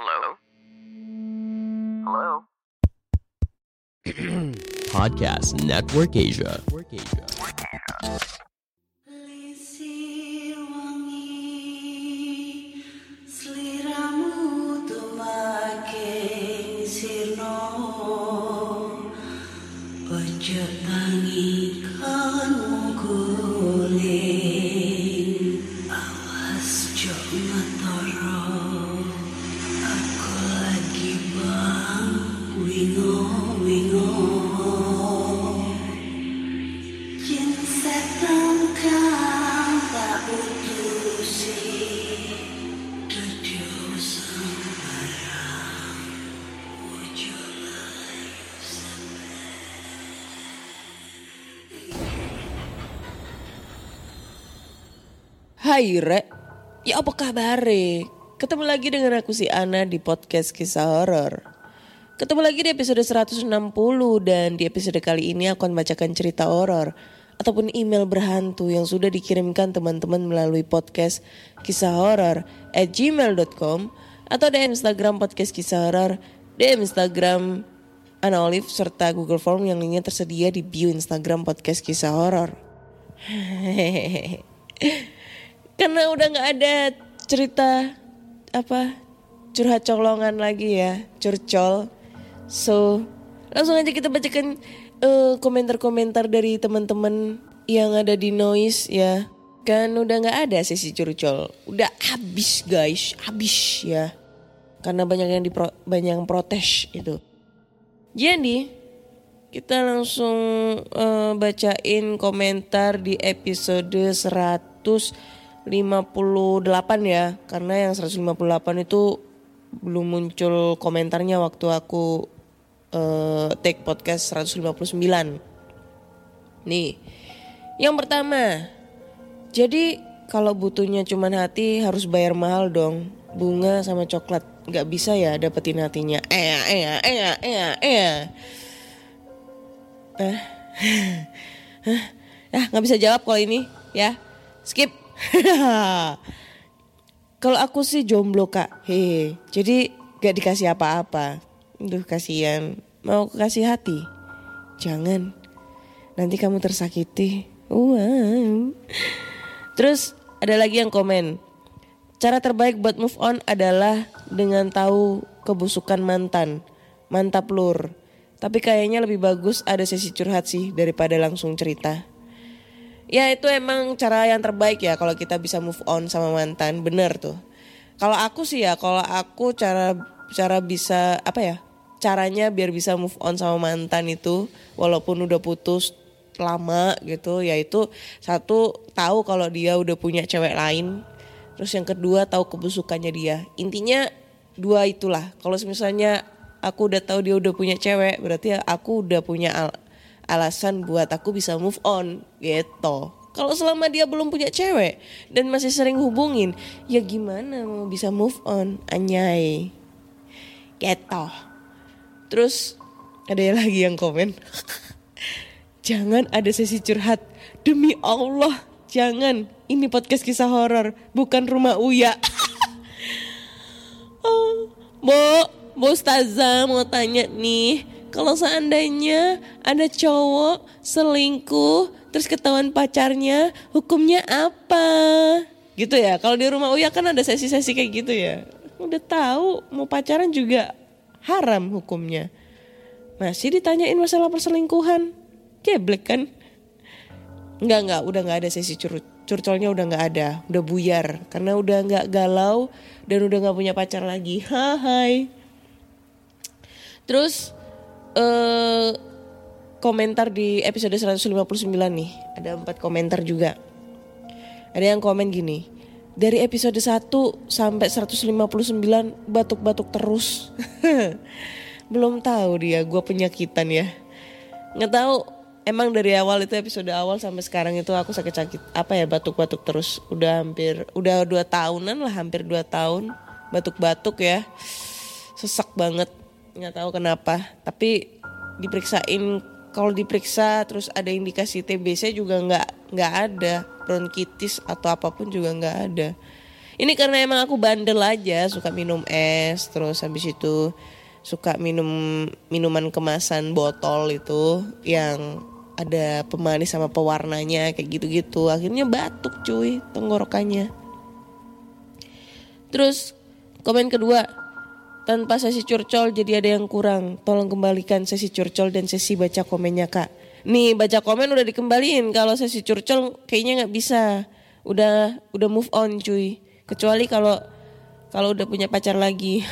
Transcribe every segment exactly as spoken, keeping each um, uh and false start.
Hello? Hello? Podcast Network Asia. Lisih wangi seliramu tumaking sirno ojo tangi kan guling awas jo ngetoro aku lagi bang wingo wingo yen setan kang tak putusi dadi sembarang ojo Hai Re, ya apa kabar? Ketemu lagi dengan aku si Ana di podcast kisah horor. Ketemu lagi di episode seratus enam puluh dan di episode kali ini aku akan bacakan cerita horor ataupun email berhantu yang sudah dikirimkan teman-teman melalui podcast kisah horor at gmail dot com atau di Instagram podcast kisah horor, di Instagram Ana Olive serta Google Form yang linknya tersedia di bio Instagram podcast kisah horor. Karena udah gak ada cerita apa curhat colongan lagi ya, curcol. So langsung aja kita bacakan uh, komentar-komentar dari teman-teman yang ada di Noise ya. Kan udah gak ada sesi curcol, udah habis guys, habis ya. Karena banyak yang dipro, banyak yang protes itu. Jadi kita langsung uh, bacain komentar di episode seratus lima puluh delapan ya. Karena yang seratus lima puluh delapan itu belum muncul komentarnya waktu aku uh, take podcast seratus lima puluh sembilan. Nih, yang pertama, jadi kalau butuhnya cuman hati harus bayar mahal dong. Bunga sama coklat, gak bisa ya dapetin hatinya. Eh, eh, eh, eh, eh. Eh, ah, nggak bisa jawab kalau ini, ya, skip. Kalau aku sih jomblo kak, hehe. Jadi gak dikasih apa-apa. Duh kasihan. Mau kasih hati? Jangan. Nanti kamu tersakiti. Wow. Terus ada lagi yang komen. Cara terbaik buat move on adalah dengan tahu kebusukan mantan. Mantap lur. Tapi kayaknya lebih bagus ada sesi curhat sih daripada langsung cerita. Ya itu emang cara yang terbaik ya kalau kita bisa move on sama mantan, bener tuh. Kalau aku sih ya, kalau aku cara cara bisa apa ya? Caranya biar bisa move on sama mantan itu walaupun udah putus lama gitu, yaitu satu tahu kalau dia udah punya cewek lain. Terus yang kedua tahu kebusukannya dia. Intinya dua itulah. Kalau misalnya aku udah tahu dia udah punya cewek, berarti aku udah punya al- alasan buat aku bisa move on gitu. Kalau selama dia belum punya cewek dan masih sering hubungin, ya gimana mau bisa move on, anyay. Gitu. Terus ada lagi yang komen. Jangan ada sesi curhat. Demi Allah, jangan. Ini podcast kisah horor, bukan rumah Uya. Oh, Bo, Bo Ustazah mau tanya nih. Kalau seandainya ada cowok selingkuh terus ketahuan pacarnya, hukumnya apa? Gitu ya. Kalau di rumah Uya kan ada sesi-sesi kayak gitu ya. Udah tahu mau pacaran juga haram hukumnya. Masih ditanyain masalah perselingkuhan. Geblek kan? Enggak enggak, udah enggak ada sesi curut. Curcolnya udah gak ada, udah buyar. Karena udah gak galau dan udah gak punya pacar lagi. Hai. Terus uh, komentar di episode seratus lima puluh sembilan nih. Ada empat komentar juga. Ada yang komen gini. Dari episode satu sampai seratus lima puluh sembilan batuk-batuk terus. Belum tahu dia, gue penyakitan ya. Gak tahu. Emang dari awal itu episode awal sampai sekarang itu aku sakit-sakit apa ya batuk-batuk terus udah hampir udah dua tahunan lah hampir dua tahun batuk-batuk ya sesak banget nggak tahu kenapa tapi diperiksain kalau diperiksa terus ada indikasi T B C juga nggak nggak ada bronkitis atau apapun juga nggak ada Ini karena emang aku bandel aja, suka minum es, terus habis itu suka minum minuman kemasan botol itu yang ada pemanis sama pewarnanya kayak gitu-gitu. Akhirnya batuk cuy tenggorokannya. Terus komen kedua, tanpa sesi curcol jadi ada yang kurang. Tolong kembalikan sesi curcol dan sesi baca komennya kak. Nih baca komen udah dikembaliin, kalau sesi curcol kayaknya nggak bisa. Udah udah move on cuy. Kecuali kalau kalau udah punya pacar lagi.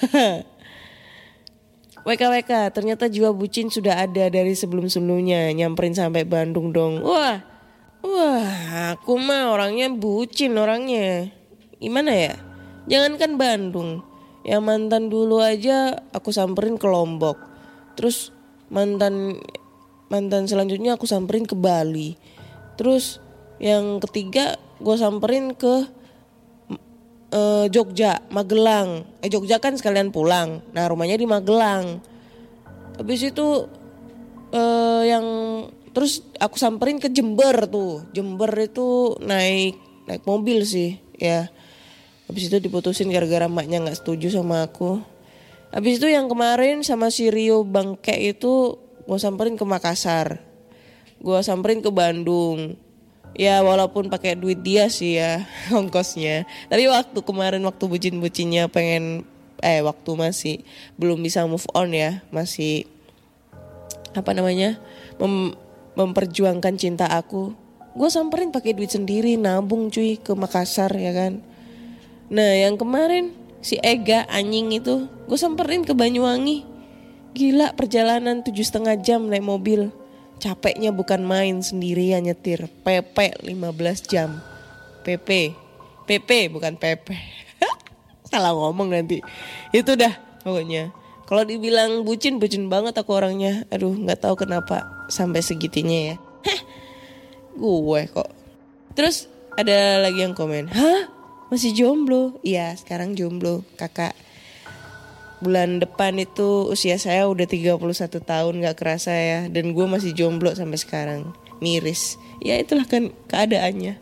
W K W K, ternyata jiwa bucin sudah ada dari sebelum-sebelumnya. Nyamperin sampai Bandung dong. Wah, wah, aku mah orangnya bucin orangnya. Gimana ya? Jangankan Bandung, yang mantan dulu aja aku samperin ke Lombok. Terus mantan mantan selanjutnya aku samperin ke Bali. Terus yang ketiga gue samperin ke Uh, Jogja, Magelang. Eh Jogja kan sekalian pulang. Nah rumahnya di Magelang. Habis itu uh, yang terus aku samperin ke Jember tuh. Jember itu naik naik mobil sih, ya. Habis itu diputusin gara-gara maknya nggak setuju sama aku. Habis itu yang kemarin sama si Rio Bangke itu gue samperin ke Makassar. Gue samperin ke Bandung. Ya walaupun pakai duit dia sih ya ongkosnya. Tapi waktu kemarin waktu bucin-bucinnya pengen eh waktu masih belum bisa move on ya, masih apa namanya mem, memperjuangkan cinta aku. Gue samperin pakai duit sendiri, nabung cuy ke Makassar ya kan. Nah yang kemarin si Ega anjing itu gue samperin ke Banyuwangi. Gila perjalanan tujuh setengah jam naik mobil. Capeknya bukan main, sendirian nyetir. P P lima belas jam. P P. P P bukan P P. Salah ngomong nanti. Itu dah pokoknya. Kalau dibilang bucin, bucin banget aku orangnya. Aduh gak tahu kenapa sampai segitinya ya. Heh, gue kok. Terus ada lagi yang komen. Hah? Masih jomblo? Iya sekarang jomblo kakak. Bulan depan itu usia saya udah tiga puluh satu tahun, gak kerasa ya. Dan gue masih jomblo sampai sekarang. Miris. Ya itulah kan keadaannya.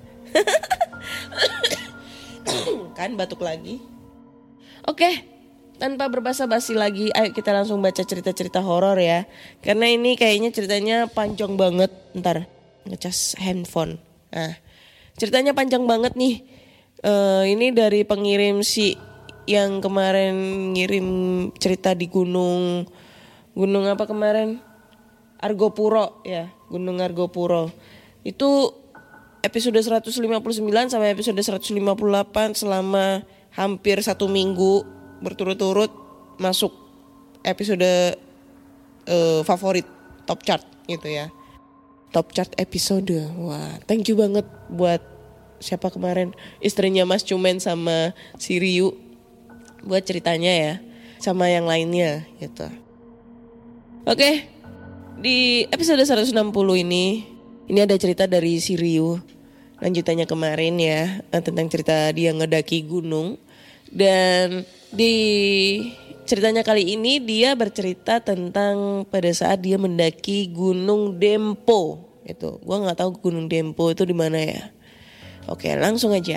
Kan batuk lagi. Oke, tanpa berbasa-basi lagi, ayo kita langsung baca cerita-cerita horor ya. Karena ini kayaknya ceritanya panjang banget. Ntar ngecas handphone. Nah, ceritanya panjang banget nih. uh, Ini dari pengirim si yang kemarin ngirim cerita di gunung Gunung apa kemarin? Argopuro ya, Gunung Argopuro. Itu episode seratus lima puluh sembilan sampai episode seratus lima puluh delapan selama hampir satu minggu berturut-turut masuk episode uh, favorit top chart gitu ya. Top chart episode. Wah, thank you banget buat siapa kemarin? Istrinya Mas Cumen sama si Ryu. Buat ceritanya ya, sama yang lainnya gitu. Oke, di episode seratus enam puluh ini, ini ada cerita dari si Ryu. Lanjutannya kemarin ya, tentang cerita dia ngedaki gunung. Dan di ceritanya kali ini dia bercerita tentang pada saat dia mendaki Gunung Dempo. Itu, gua nggak tahu Gunung Dempo itu di mana ya. Oke, langsung aja.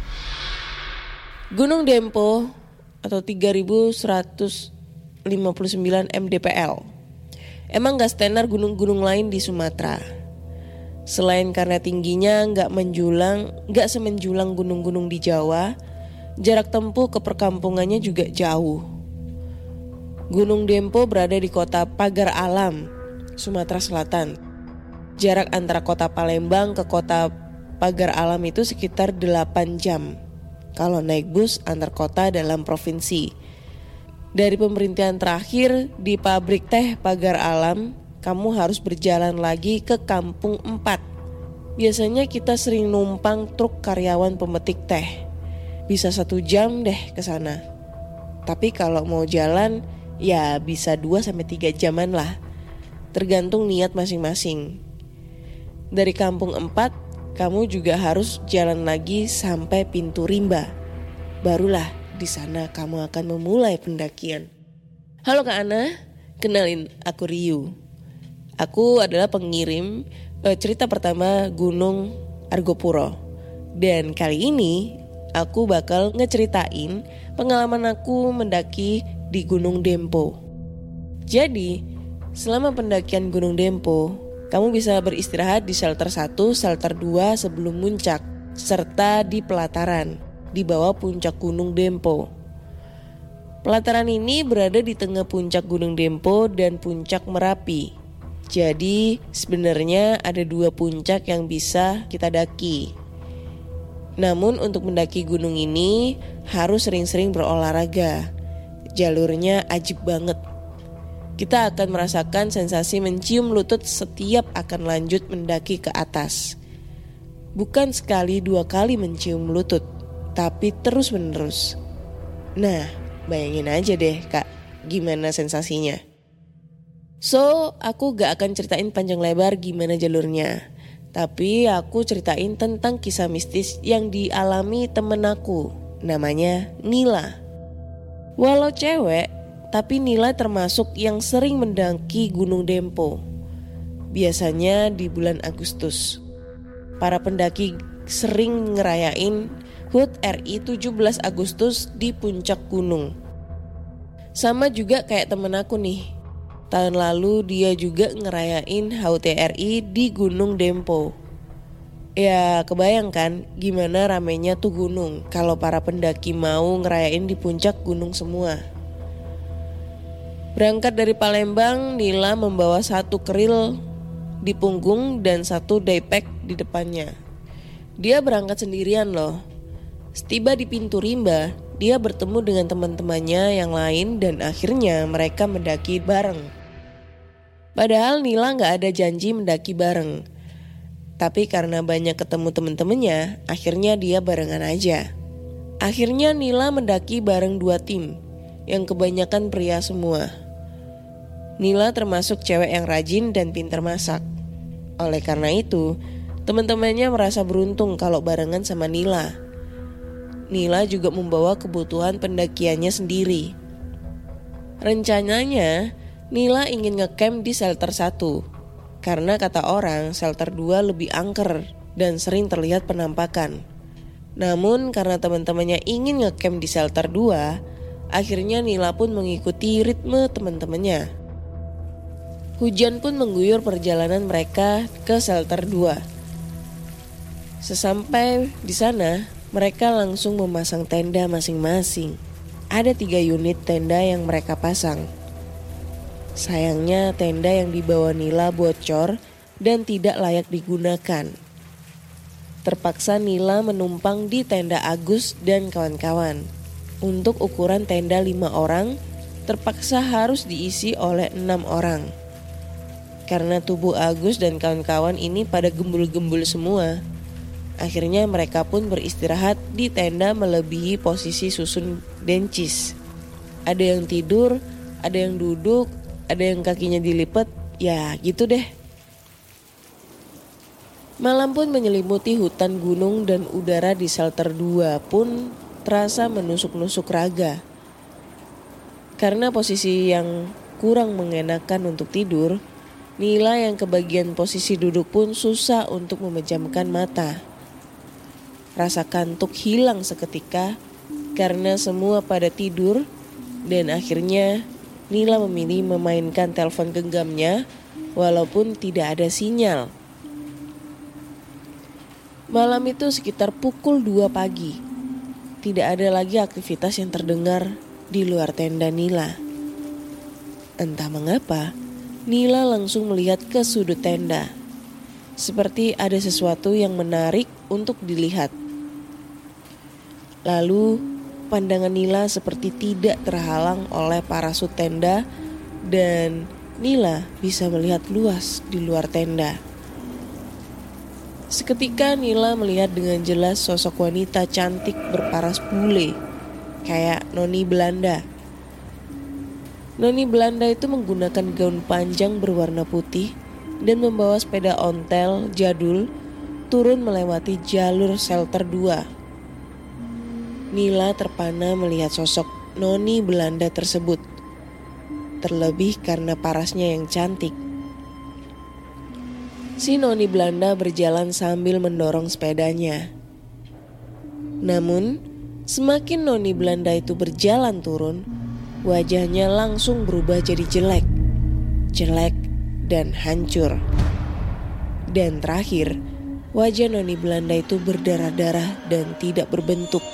Gunung Dempo atau tiga ribu seratus lima puluh sembilan mdpl. Emang gak standar gunung-gunung lain di Sumatera. Selain karena tingginya gak menjulang, gak semenjulang gunung-gunung di Jawa, jarak tempuh ke perkampungannya juga jauh. Gunung Dempo berada di kota Pagar Alam, Sumatera Selatan. Jarak antara kota Palembang ke kota Pagar Alam itu sekitar delapan jam. Kalau naik bus antar kota dalam provinsi. Dari pemerintahan terakhir di pabrik teh Pagar Alam, kamu harus berjalan lagi ke Kampung Empat. Biasanya kita sering numpang truk karyawan pemetik teh. Bisa satu jam deh ke sana. Tapi kalau mau jalan, ya bisa dua sampai tiga jaman lah. Tergantung niat masing-masing. Dari Kampung Empat, kamu juga harus jalan lagi sampai Pintu Rimba. Barulah di sana kamu akan memulai pendakian. Halo Kak Ana, kenalin aku Ryu. Aku adalah pengirim eh, cerita pertama Gunung Argopuro. Dan kali ini aku bakal ngeceritain pengalaman aku mendaki di Gunung Dempo. Jadi, selama pendakian Gunung Dempo, kamu bisa beristirahat di shelter satu, shelter dua sebelum muncak, serta di pelataran di bawah puncak Gunung Dempo. Pelataran ini berada di tengah puncak Gunung Dempo dan puncak Merapi. Jadi sebenarnya ada dua puncak yang bisa kita daki. Namun untuk mendaki gunung ini harus sering-sering berolahraga. Jalurnya ajib banget. Kita akan merasakan sensasi mencium lutut setiap akan lanjut mendaki ke atas. Bukan sekali dua kali mencium lutut, tapi terus menerus. Nah, bayangin aja deh kak, gimana sensasinya. So, aku gak akan ceritain panjang lebar gimana jalurnya. Tapi aku ceritain tentang kisah mistis yang dialami temen aku. Namanya Nila. Walau cewek, tapi Nila termasuk yang sering mendaki Gunung Dempo. Biasanya di bulan Agustus. Para pendaki sering ngerayain H U T R I tujuh belas Agustus di puncak gunung. Sama juga kayak temen aku nih. Tahun lalu dia juga ngerayain H U T R I di Gunung Dempo. Ya kebayang kan gimana ramenya tuh gunung kalau para pendaki mau ngerayain di puncak gunung semua. Berangkat dari Palembang, Nila membawa satu keril di punggung dan satu daypack di depannya. Dia berangkat sendirian loh. Setiba di pintu rimba, dia bertemu dengan teman-temannya yang lain dan akhirnya mereka mendaki bareng. Padahal Nila gak ada janji mendaki bareng. Tapi karena banyak ketemu temen-temennya, akhirnya dia barengan aja. Akhirnya Nila mendaki bareng dua tim, yang kebanyakan pria semua. Nila termasuk cewek yang rajin dan pintar masak. Oleh karena itu, teman-temannya merasa beruntung kalau barengan sama Nila. Nila juga membawa kebutuhan pendakiannya sendiri. Rencananya, Nila ingin ngecamp di shelter satu, karena kata orang shelter dua lebih angker dan sering terlihat penampakan. Namun karena teman-temannya ingin ngecamp di shelter dua, akhirnya Nila pun mengikuti ritme teman-temannya. Hujan pun mengguyur perjalanan mereka ke shelter dua. Sesampai di sana, mereka langsung memasang tenda masing-masing. Ada tiga unit tenda yang mereka pasang. Sayangnya tenda yang dibawa Nila bocor dan tidak layak digunakan. Terpaksa Nila menumpang di tenda Agus dan kawan-kawan. Untuk ukuran tenda lima orang, terpaksa harus diisi oleh enam orang. Karena tubuh Agus dan kawan-kawan ini pada gembul-gembul semua, akhirnya mereka pun beristirahat di tenda melebihi posisi susun bencis. Ada yang tidur, ada yang duduk, ada yang kakinya dilipat, ya gitu deh. Malam pun menyelimuti hutan gunung dan udara di shelter dua pun terasa menusuk-nusuk raga. Karena posisi yang kurang mengenakan untuk tidur, Nila yang kebagian posisi duduk pun susah untuk memejamkan mata. Rasa kantuk hilang seketika karena semua pada tidur dan akhirnya Nila memilih memainkan telepon genggamnya walaupun tidak ada sinyal. Malam itu sekitar pukul dua pagi. Tidak ada lagi aktivitas yang terdengar di luar tenda Nila. Entah mengapa, Nila langsung melihat ke sudut tenda. Seperti ada sesuatu yang menarik untuk dilihat. Lalu pandangan Nila seperti tidak terhalang oleh parasut tenda dan Nila bisa melihat luas di luar tenda. Seketika Nila melihat dengan jelas sosok wanita cantik berparas bule, kayak Noni Belanda. Noni Belanda itu menggunakan gaun panjang berwarna putih dan membawa sepeda ontel jadul turun melewati jalur shelter dua. Nila terpana melihat sosok Noni Belanda tersebut, terlebih karena parasnya yang cantik. Si Noni Belanda berjalan sambil mendorong sepedanya. Namun, semakin noni Belanda itu berjalan turun, wajahnya langsung berubah jadi jelek, jelek dan hancur. Dan terakhir, wajah noni Belanda itu berdarah-darah dan tidak berbentuk.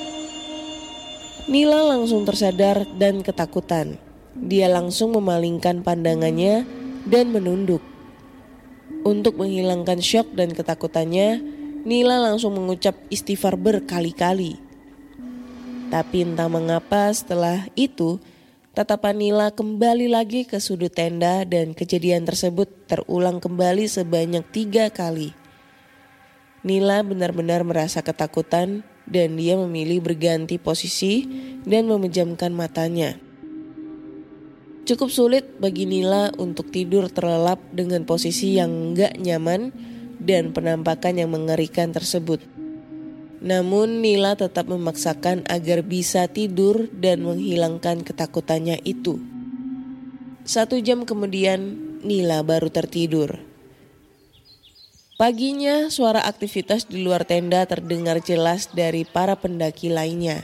Nila langsung tersadar dan ketakutan. Dia langsung memalingkan pandangannya dan menunduk. Untuk menghilangkan syok dan ketakutannya, Nila langsung mengucap istighfar berkali-kali. Tapi entah mengapa setelah itu, tatapan Nila kembali lagi ke sudut tenda dan kejadian tersebut terulang kembali sebanyak tiga kali. Nila benar-benar merasa ketakutan dan dia memilih berganti posisi dan memejamkan matanya. Cukup sulit bagi Nila untuk tidur terlelap dengan posisi yang gak nyaman dan penampakan yang mengerikan tersebut. Namun Nila tetap memaksakan agar bisa tidur dan menghilangkan ketakutannya itu. Satu jam kemudian Nila baru tertidur. Paginya suara aktivitas di luar tenda terdengar jelas dari para pendaki lainnya.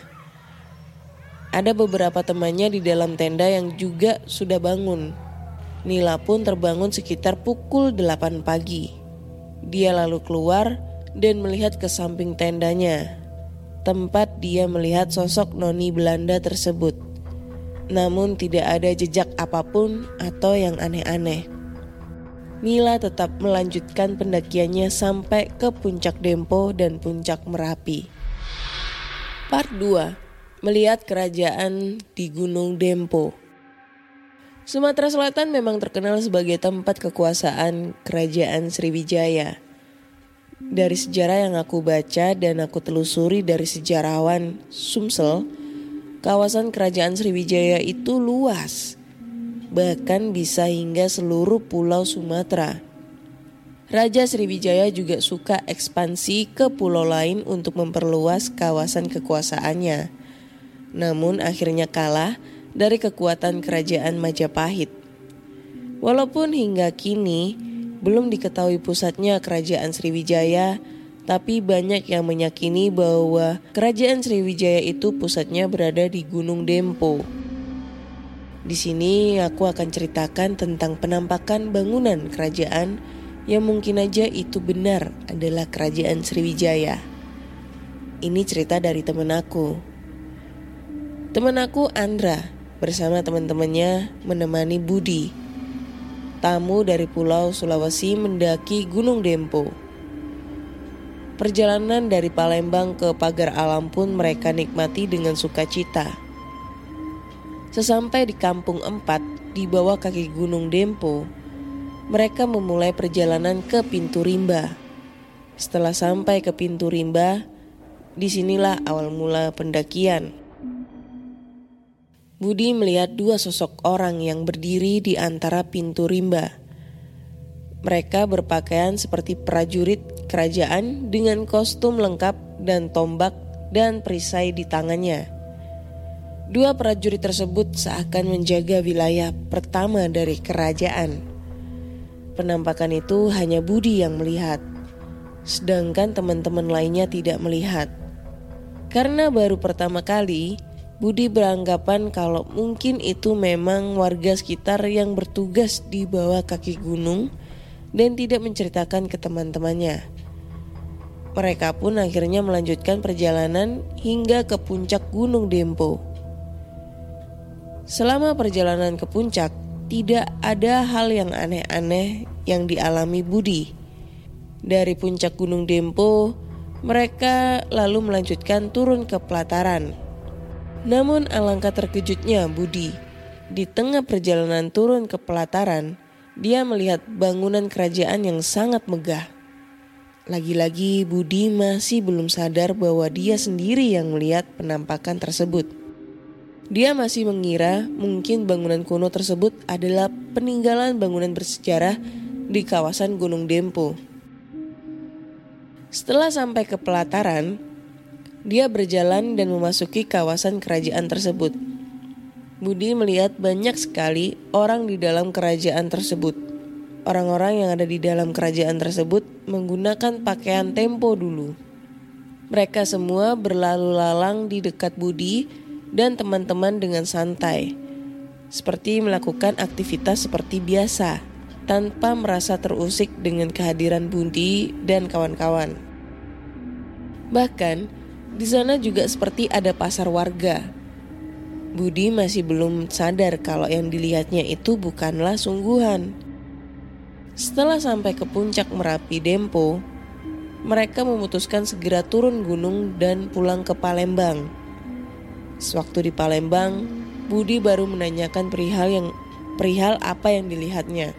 Ada beberapa temannya di dalam tenda yang juga sudah bangun. Nila pun terbangun sekitar pukul delapan pagi. Dia lalu keluar dan melihat ke samping tendanya, tempat dia melihat sosok noni Belanda tersebut. Namun tidak ada jejak apapun atau yang aneh-aneh. Nila tetap melanjutkan pendakiannya sampai ke puncak Dempo dan puncak Merapi. Part dua. Melihat kerajaan di Gunung Dempo. Sumatera Selatan memang terkenal sebagai tempat kekuasaan Kerajaan Sriwijaya. Dari sejarah yang aku baca dan aku telusuri dari sejarawan Sumsel, kawasan Kerajaan Sriwijaya itu luas, bahkan bisa hingga seluruh pulau Sumatera. Raja Sriwijaya juga suka ekspansi ke pulau lain untuk memperluas kawasan kekuasaannya. Namun akhirnya kalah dari kekuatan kerajaan Majapahit. Walaupun hingga kini belum diketahui pusatnya kerajaan Sriwijaya, tapi banyak yang meyakini bahwa kerajaan Sriwijaya itu pusatnya berada di Gunung Dempo. Di sini aku akan ceritakan tentang penampakan bangunan kerajaan yang mungkin aja itu benar adalah kerajaan Sriwijaya. Ini cerita dari teman aku. Teman aku Andra bersama teman-temannya menemani Budi, tamu dari Pulau Sulawesi mendaki Gunung Dempo. Perjalanan dari Palembang ke Pagar Alam pun mereka nikmati dengan sukacita. Sesampai di Kampung Empat di bawah kaki Gunung Dempo, mereka memulai perjalanan ke Pintu Rimba. Setelah sampai ke Pintu Rimba, disinilah awal mula pendakian. Budi melihat dua sosok orang yang berdiri di antara pintu rimba. Mereka berpakaian seperti prajurit kerajaan dengan kostum lengkap dan tombak dan perisai di tangannya. Dua prajurit tersebut seakan menjaga wilayah pertama dari kerajaan. Penampakan itu hanya Budi yang melihat, sedangkan teman-teman lainnya tidak melihat. Karena baru pertama kali, Budi beranggapan kalau mungkin itu memang warga sekitar yang bertugas di bawah kaki gunung dan tidak menceritakan ke teman-temannya. Mereka pun akhirnya melanjutkan perjalanan hingga ke puncak Gunung Dempo. Selama perjalanan ke puncak, tidak ada hal yang aneh-aneh yang dialami Budi. Dari puncak Gunung Dempo, mereka lalu melanjutkan turun ke pelataran. Namun alangkah terkejutnya Budi. Di tengah perjalanan turun ke pelataran, dia melihat bangunan kerajaan yang sangat megah. Lagi-lagi Budi masih belum sadar bahwa dia sendiri yang melihat penampakan tersebut. Dia masih mengira mungkin bangunan kuno tersebut adalah peninggalan bangunan bersejarah di kawasan Gunung Dempo. Setelah sampai ke pelataran, dia berjalan dan memasuki kawasan kerajaan tersebut. Budi melihat banyak sekali orang di dalam kerajaan tersebut. Orang-orang yang ada di dalam kerajaan tersebut menggunakan pakaian tempo dulu. Mereka semua berlalu lalang di dekat Budi dan teman-teman dengan santai, seperti melakukan aktivitas seperti biasa, tanpa merasa terusik dengan kehadiran Budi dan kawan-kawan. Bahkan, di sana juga seperti ada pasar warga. Budi masih belum sadar kalau yang dilihatnya itu bukanlah sungguhan. Setelah sampai ke puncak Merapi Dempo, mereka memutuskan segera turun gunung dan pulang ke Palembang. Sewaktu di Palembang, Budi baru menanyakan perihal yang perihal apa yang dilihatnya.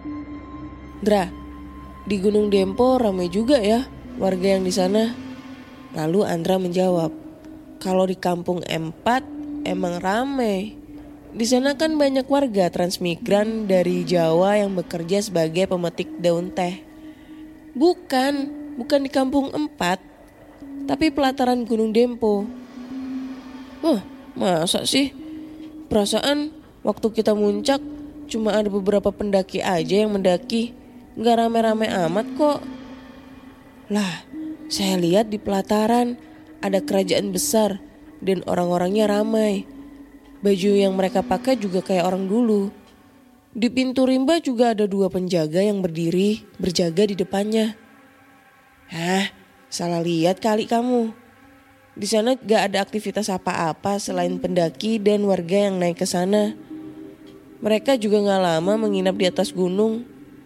"Dra, di Gunung Dempo ramai juga ya warga yang di sana." Lalu Andra menjawab, "Kalau di kampung empat emang ramai. Di sana kan banyak warga transmigran dari Jawa yang bekerja sebagai pemetik daun teh." "Bukan, bukan di kampung empat, tapi pelataran Gunung Dempo." "Wah, masa sih? Perasaan waktu kita muncak cuma ada beberapa pendaki aja yang mendaki. Gak rame-rame amat kok." "Lah, saya lihat di pelataran ada kerajaan besar dan orang-orangnya ramai. Baju yang mereka pakai juga kayak orang dulu. Di pintu rimba juga ada dua penjaga yang berdiri berjaga di depannya." "Hah, salah lihat kali kamu. Di sana gak ada aktivitas apa-apa selain pendaki dan warga yang naik ke sana. Mereka juga gak lama menginap di atas gunung."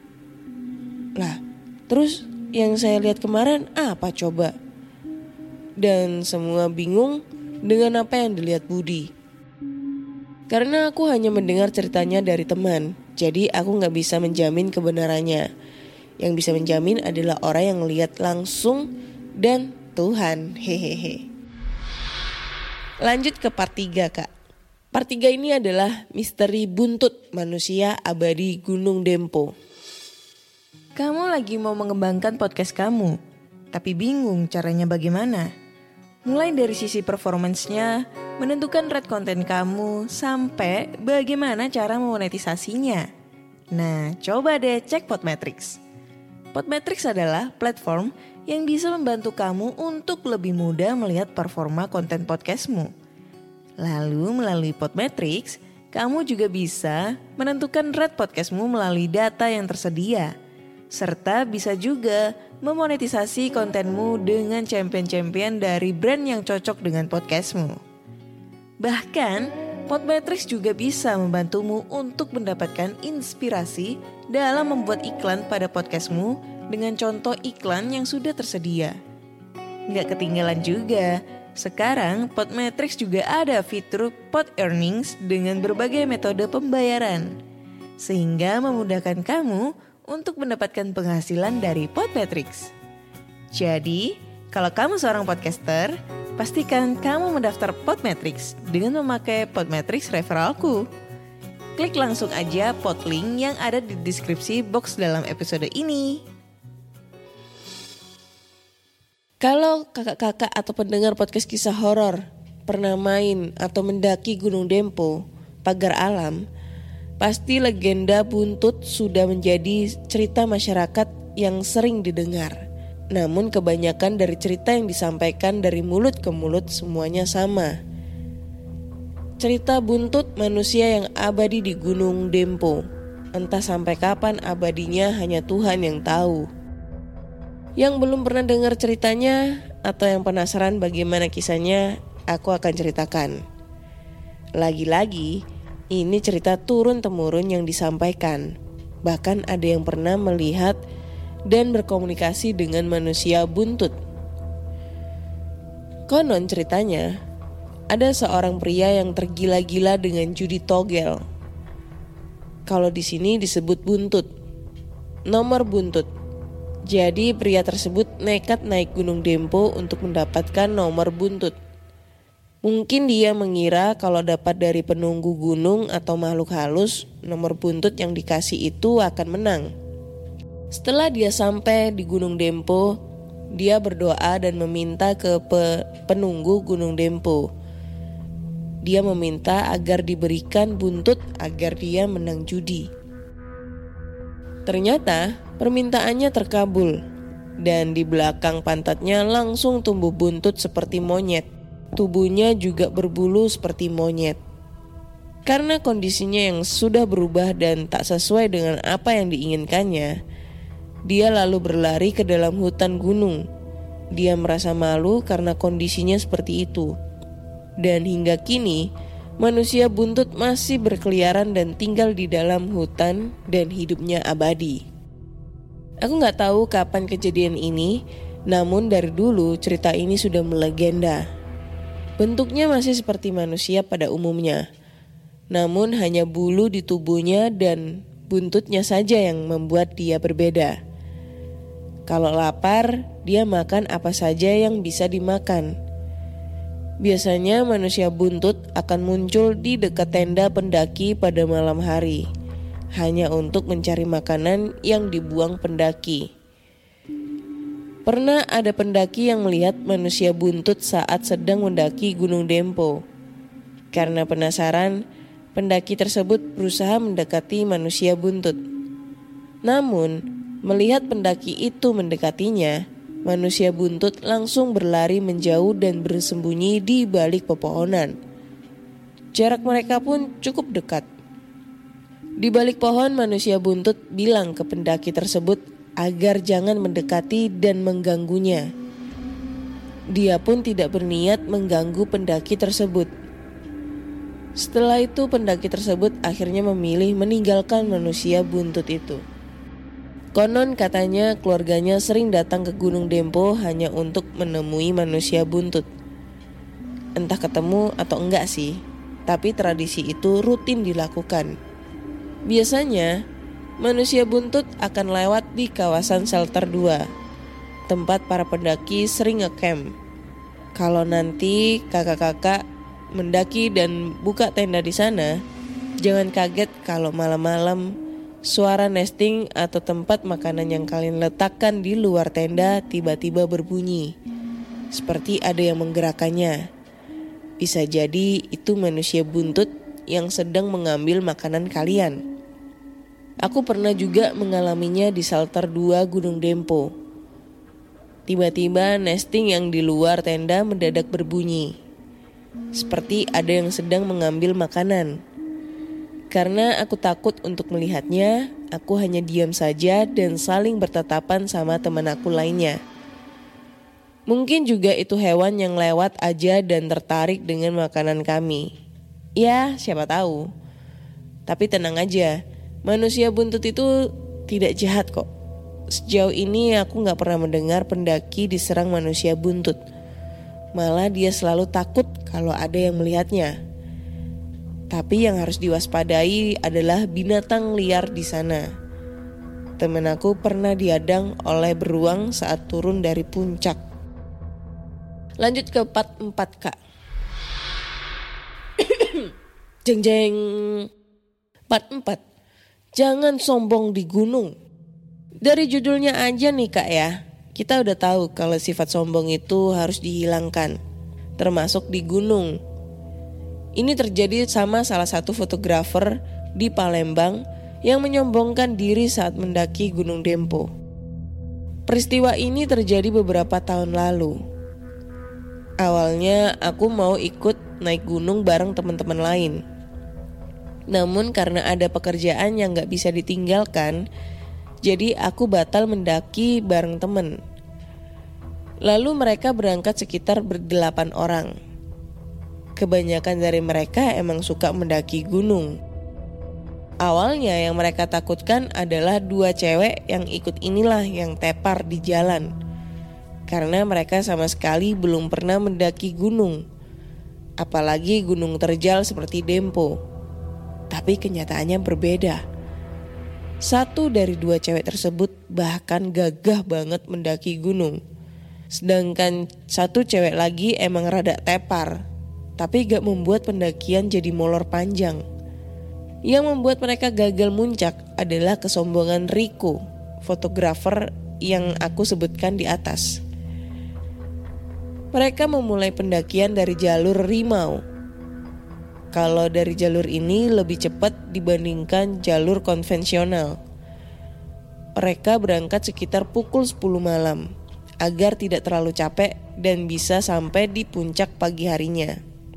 "Lah, terus yang saya lihat kemarin apa coba?" Dan semua bingung dengan apa yang dilihat Budi. Karena aku hanya mendengar ceritanya dari teman, jadi aku gak bisa menjamin kebenarannya. Yang bisa menjamin adalah orang yang melihat langsung dan Tuhan. Hehehe. Lanjut ke part tiga, Kak. Part tiga ini adalah misteri buntut manusia abadi Gunung Dempo. Kamu lagi mau mengembangkan podcast kamu, tapi bingung caranya bagaimana? Mulai dari sisi performance-nya, menentukan rate konten kamu, sampai bagaimana cara memonetisasinya. Nah, coba deh cek Podmetrics. Podmetrics adalah platform yang bisa membantu kamu untuk lebih mudah melihat performa konten podcastmu. Lalu melalui Podmetrics, kamu juga bisa menentukan rate podcastmu melalui data yang tersedia. Serta bisa juga memonetisasi kontenmu dengan champion-champion dari brand yang cocok dengan podcastmu. Bahkan, Podmetrics juga bisa membantumu untuk mendapatkan inspirasi dalam membuat iklan pada podcastmu dengan contoh iklan yang sudah tersedia. Nggak ketinggalan juga, sekarang Podmetrics juga ada fitur Pod Earnings dengan berbagai metode pembayaran. Sehingga memudahkan kamu untuk mendapatkan penghasilan dari Podmetrics. Jadi, kalau kamu seorang podcaster, pastikan kamu mendaftar Podmetrics dengan memakai Podmetrics referralku. Klik langsung aja podlink yang ada di deskripsi box dalam episode ini. Kalau kakak-kakak atau pendengar podcast kisah horor pernah main atau mendaki Gunung Dempo, pagar alam, pasti legenda buntut sudah menjadi cerita masyarakat yang sering didengar. Namun kebanyakan dari cerita yang disampaikan dari mulut ke mulut semuanya sama. Cerita buntut manusia yang abadi di Gunung Dempo. Entah sampai kapan abadinya hanya Tuhan yang tahu. Yang belum pernah dengar ceritanya atau yang penasaran bagaimana kisahnya, aku akan ceritakan. Lagi-lagi, ini cerita turun-temurun yang disampaikan. Bahkan ada yang pernah melihat dan berkomunikasi dengan manusia buntut. Konon ceritanya, ada seorang pria yang tergila-gila dengan judi togel. Kalau di sini disebut buntut, nomor buntut. Jadi pria tersebut nekat naik Gunung Dempo untuk mendapatkan nomor buntut. Mungkin dia mengira kalau dapat dari penunggu gunung atau makhluk halus, nomor buntut yang dikasih itu akan menang. Setelah dia sampai di Gunung Dempo, dia berdoa dan meminta ke pe- penunggu Gunung Dempo. Dia meminta agar diberikan buntut agar dia menang judi. Ternyata permintaannya terkabul dan di belakang pantatnya langsung tumbuh buntut seperti monyet. Tubuhnya juga berbulu seperti monyet. Karena kondisinya yang sudah berubah dan tak sesuai dengan apa yang diinginkannya, dia lalu berlari ke dalam hutan gunung. Dia merasa malu karena kondisinya seperti itu. Dan hingga kini, manusia buntut masih berkeliaran dan tinggal di dalam hutan dan hidupnya abadi. Aku gak tahu kapan kejadian ini, namun dari dulu cerita ini sudah melegenda. Bentuknya masih seperti manusia pada umumnya, namun hanya bulu di tubuhnya dan buntutnya saja yang membuat dia berbeda. Kalau lapar, dia makan apa saja yang bisa dimakan. Biasanya manusia buntut akan muncul di dekat tenda pendaki pada malam hari, hanya untuk mencari makanan yang dibuang pendaki. Pernah ada pendaki yang melihat manusia buntut saat sedang mendaki Gunung Dempo. Karena penasaran, pendaki tersebut berusaha mendekati manusia buntut. Namun, melihat pendaki itu mendekatinya, manusia buntut langsung berlari menjauh dan bersembunyi di balik pepohonan. Jarak mereka pun cukup dekat. Di balik pohon, manusia buntut bilang ke pendaki tersebut agar jangan mendekati dan mengganggunya. Dia pun tidak berniat mengganggu pendaki tersebut. Setelah itu, pendaki tersebut akhirnya memilih meninggalkan manusia buntut itu. Konon katanya keluarganya sering datang ke Gunung Dempo hanya untuk menemui manusia buntut. Entah ketemu atau enggak sih, tapi tradisi itu rutin dilakukan. Biasanya, manusia buntut akan lewat di kawasan shelter dua, tempat para pendaki sering ngecamp. Kalau nanti kakak-kakak mendaki dan buka tenda di sana, jangan kaget kalau malam-malam suara nesting atau tempat makanan yang kalian letakkan di luar tenda tiba-tiba berbunyi. Seperti ada yang menggerakkannya. Bisa jadi itu manusia buntut yang sedang mengambil makanan kalian. Aku pernah juga mengalaminya di shelter dua Gunung Dempo. Tiba-tiba nesting yang di luar tenda mendadak berbunyi. Seperti ada yang sedang mengambil makanan. Karena aku takut untuk melihatnya, aku hanya diam saja dan saling bertatapan sama teman aku lainnya. Mungkin juga itu hewan yang lewat aja dan tertarik dengan makanan kami. Ya, siapa tahu. Tapi tenang aja, manusia buntut itu tidak jahat kok. Sejauh ini aku gak pernah mendengar pendaki diserang manusia buntut. Malah dia selalu takut kalau ada yang melihatnya. Tapi yang harus diwaspadai adalah binatang liar di sana. Temen aku pernah diadang oleh beruang saat turun dari puncak. Lanjut ke part empat kak. Jeng jeng. Part empat. Jangan sombong di gunung. Dari judulnya aja nih kak ya, kita udah tahu kalau sifat sombong itu harus dihilangkan, termasuk di gunung. Ini terjadi sama salah satu fotografer di Palembang yang menyombongkan diri saat mendaki Gunung Dempo. Peristiwa ini terjadi beberapa tahun lalu. Awalnya aku mau ikut naik gunung bareng teman-teman lain. Namun karena ada pekerjaan yang gak bisa ditinggalkan, jadi aku batal mendaki bareng temen. Lalu mereka berangkat sekitar berdelapan orang. Kebanyakan dari mereka emang suka mendaki gunung. Awalnya yang mereka takutkan adalah dua cewek yang ikut inilah yang tepar di jalan. Karena mereka sama sekali belum pernah mendaki gunung. Apalagi gunung terjal seperti Dempo. Tapi kenyataannya berbeda. Satu dari dua cewek tersebut bahkan gagah banget mendaki gunung. Sedangkan satu cewek lagi emang rada tepar, tapi gak membuat pendakian jadi molor panjang. Yang membuat mereka gagal muncak adalah kesombongan Riko, fotografer yang aku sebutkan di atas. Mereka memulai pendakian dari jalur Rimau. Kalau dari jalur ini lebih cepat dibandingkan jalur konvensional. mereka berangkat sekitar pukul sepuluh malam agar tidak terlalu capek dan bisa sampai di puncak pagi harinya.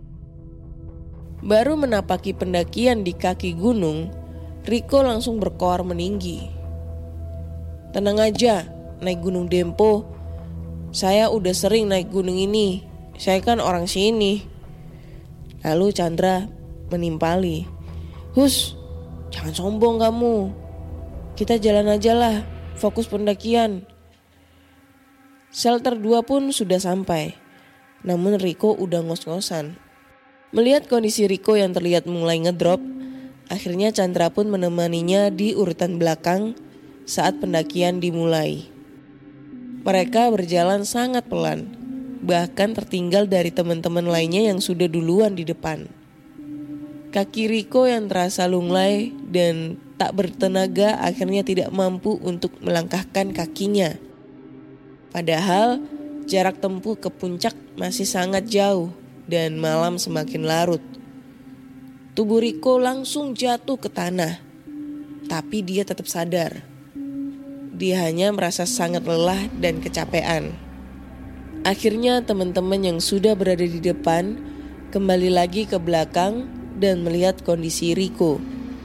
Baru menapaki pendakian di kaki gunung, Riko langsung berkoar meninggi. "Tenang aja, naik Gunung Dempo. Saya udah sering naik gunung ini. Saya kan orang sini." Lalu Chandra menimpali, "Hus, jangan sombong kamu. Kita jalan aja lah, fokus pendakian." Shelter dua pun sudah sampai. Namun Riko udah ngos-ngosan. Melihat kondisi Riko yang terlihat mulai ngedrop, akhirnya Chandra pun menemaninya di urutan belakang saat pendakian dimulai. Mereka berjalan sangat pelan, bahkan tertinggal dari teman-teman lainnya yang sudah duluan di depan. Kaki Riko yang terasa lunglai dan tak bertenaga akhirnya tidak mampu untuk melangkahkan kakinya. Padahal jarak tempuh ke puncak masih sangat jauh dan malam semakin larut. Tubuh Riko langsung jatuh ke tanah, tapi dia tetap sadar. Dia hanya merasa sangat lelah dan kecapean. Akhirnya teman-teman yang sudah berada di depan kembali lagi ke belakang dan melihat kondisi Riko.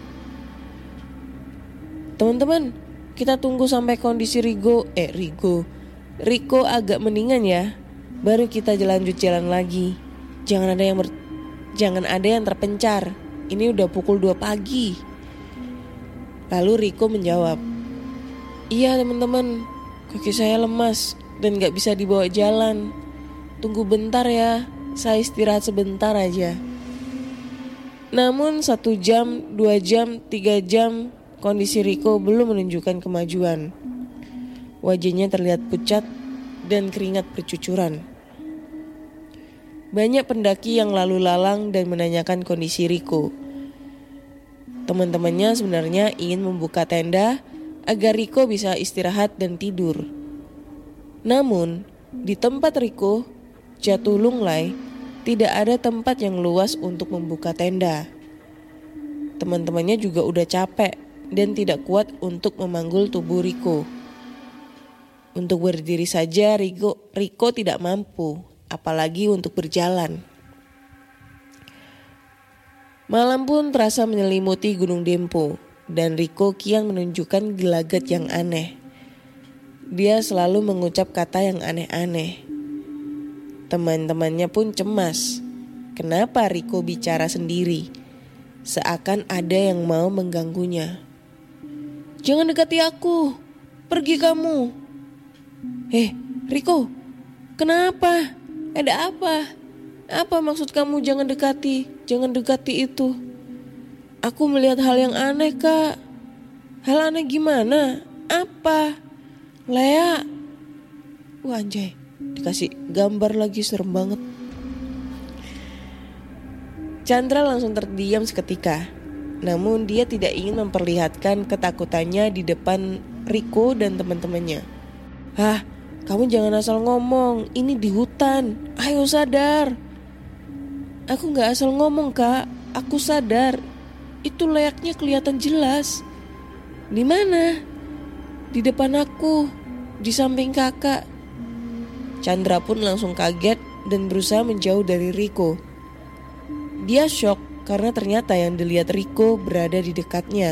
"Teman-teman, kita tunggu sampai kondisi Riko, eh Riko, Riko agak mendingan ya, baru kita lanjut jalan lagi. Jangan ada yang ber, jangan ada yang terpencar. Ini udah pukul dua pagi." Lalu Riko menjawab, "Iya teman-teman, kaki saya lemas dan gak bisa dibawa jalan. Tunggu bentar ya, saya istirahat sebentar aja." Namun satu jam, dua jam, tiga jam, kondisi Riko belum menunjukkan kemajuan. Wajahnya terlihat pucat dan keringat bercucuran. Banyak pendaki yang lalu lalang dan menanyakan kondisi Riko. Teman-temannya sebenarnya ingin membuka tenda agar Riko bisa istirahat dan tidur. Namun, di tempat Riko jatuh lunglai, tidak ada tempat yang luas untuk membuka tenda. Teman-temannya juga udah capek dan tidak kuat untuk memanggul tubuh Riko. Untuk berdiri saja Riko, Riko tidak mampu, apalagi untuk berjalan. Malam pun terasa menyelimuti Gunung Dempo dan Riko kian menunjukkan gelagat yang aneh. Dia selalu mengucap kata yang aneh-aneh. Teman-temannya pun cemas. Kenapa Riko bicara sendiri? Seakan ada yang mau mengganggunya. "Jangan dekati aku. Pergi kamu." "Eh, Riko, kenapa? Ada apa? Apa maksud kamu jangan dekati? Jangan dekati itu." "Aku melihat hal yang aneh, Kak." "Hal aneh gimana? Apa?" "Lea." Wah anjay, dikasih gambar lagi, serem banget. Chandra langsung terdiam seketika. Namun dia tidak ingin memperlihatkan ketakutannya di depan Riko dan teman-temannya. "Hah, kamu jangan asal ngomong, ini di hutan, ayo sadar." "Aku gak asal ngomong Kak, aku sadar. Itu layaknya kelihatan jelas." "Di mana?" "Di depan aku, di samping kakak." Chandra pun langsung kaget dan berusaha menjauh dari Riko. Dia shock karena ternyata yang dilihat Riko berada di dekatnya.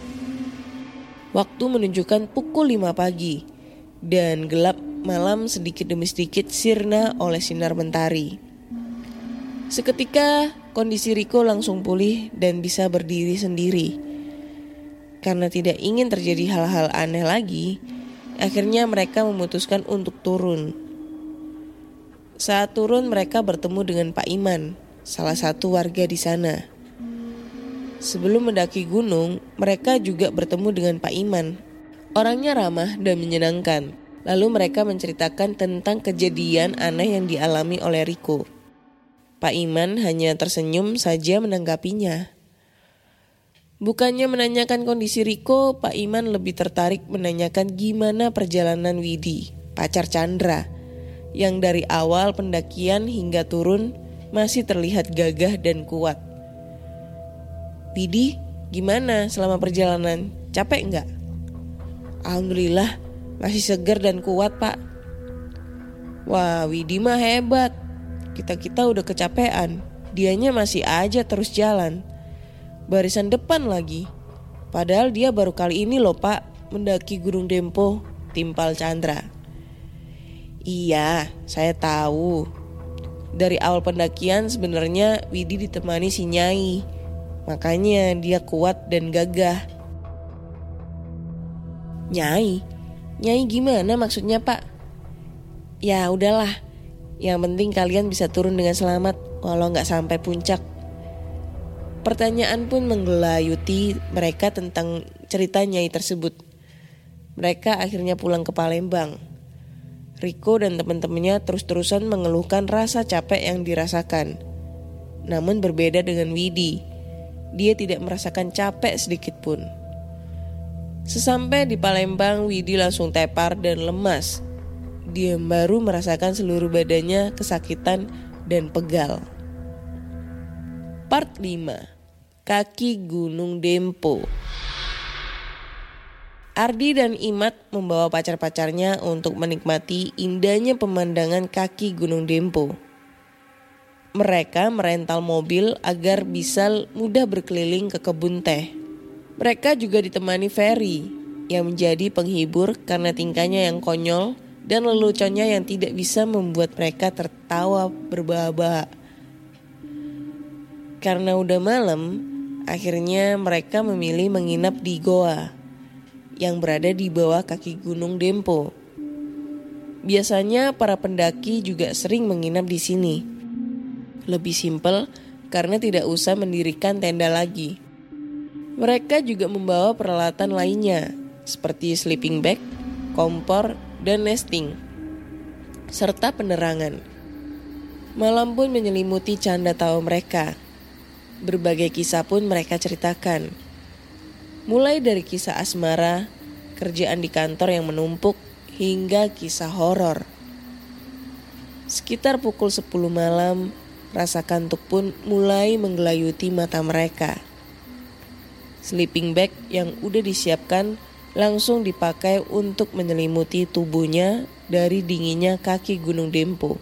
Waktu menunjukkan pukul lima pagi dan gelap malam sedikit demi sedikit sirna oleh sinar mentari. Seketika kondisi Riko langsung pulih dan bisa berdiri sendiri. Karena tidak ingin terjadi hal-hal aneh lagi, akhirnya mereka memutuskan untuk turun. Saat turun mereka bertemu dengan Pak Iman, salah satu warga di sana. Sebelum mendaki gunung, mereka juga bertemu dengan Pak Iman. Orangnya ramah dan menyenangkan. Lalu mereka menceritakan tentang kejadian aneh yang dialami oleh Riko. Pak Iman hanya tersenyum saja menanggapinya. Bukannya menanyakan kondisi Riko, Pak Iman lebih tertarik menanyakan gimana perjalanan Widi, pacar Chandra, yang dari awal pendakian hingga turun masih terlihat gagah dan kuat. "Widi, gimana selama perjalanan? Capek enggak?" Alhamdulillah masih segar dan kuat, Pak. Wah, Widi mah hebat. Kita-kita udah kecapean, dianya masih aja terus jalan. Barisan depan lagi. Padahal dia baru kali ini loh, Pak, mendaki Gunung Dempo, timpal Chandra. Iya, saya tahu. Dari awal pendakian sebenarnya Widi ditemani si Nyai. Makanya dia kuat dan gagah. Nyai? Nyai gimana maksudnya, Pak? Ya udahlah, yang penting kalian bisa turun dengan selamat walau gak sampai puncak. Pertanyaan pun menggelayuti mereka tentang cerita Nyai tersebut. Mereka akhirnya pulang ke Palembang. Riko dan teman-temannya terus-terusan mengeluhkan rasa capek yang dirasakan. Namun berbeda dengan Widi, dia tidak merasakan capek sedikit pun. Sesampai di Palembang, Widi langsung tepar dan lemas. Dia baru merasakan seluruh badannya kesakitan dan pegal. Part lima. Kaki Gunung Dempo. Ardi dan Imat membawa pacar-pacarnya untuk menikmati indahnya pemandangan kaki Gunung Dempo. Mereka merental mobil agar bisa mudah berkeliling ke kebun teh. Mereka juga ditemani Ferry yang menjadi penghibur karena tingkahnya yang konyol dan leluconnya yang tidak bisa membuat mereka tertawa berbahak-bahak. Karena udah malam, akhirnya mereka memilih menginap di goa yang berada di bawah kaki Gunung Dempo. Biasanya para pendaki juga sering menginap di sini. Lebih simpel karena tidak usah mendirikan tenda lagi. Mereka juga membawa peralatan lainnya seperti sleeping bag, kompor, dan nesting, serta penerangan. Malam pun menyelimuti canda tawa mereka. Berbagai kisah pun mereka ceritakan. Mulai dari kisah asmara, kerjaan di kantor yang menumpuk, hingga kisah horor. Sekitar pukul sepuluh malam, rasa kantuk pun mulai menggelayuti mata mereka. Sleeping bag yang udah disiapkan langsung dipakai untuk menyelimuti tubuhnya dari dinginnya kaki Gunung Dempo.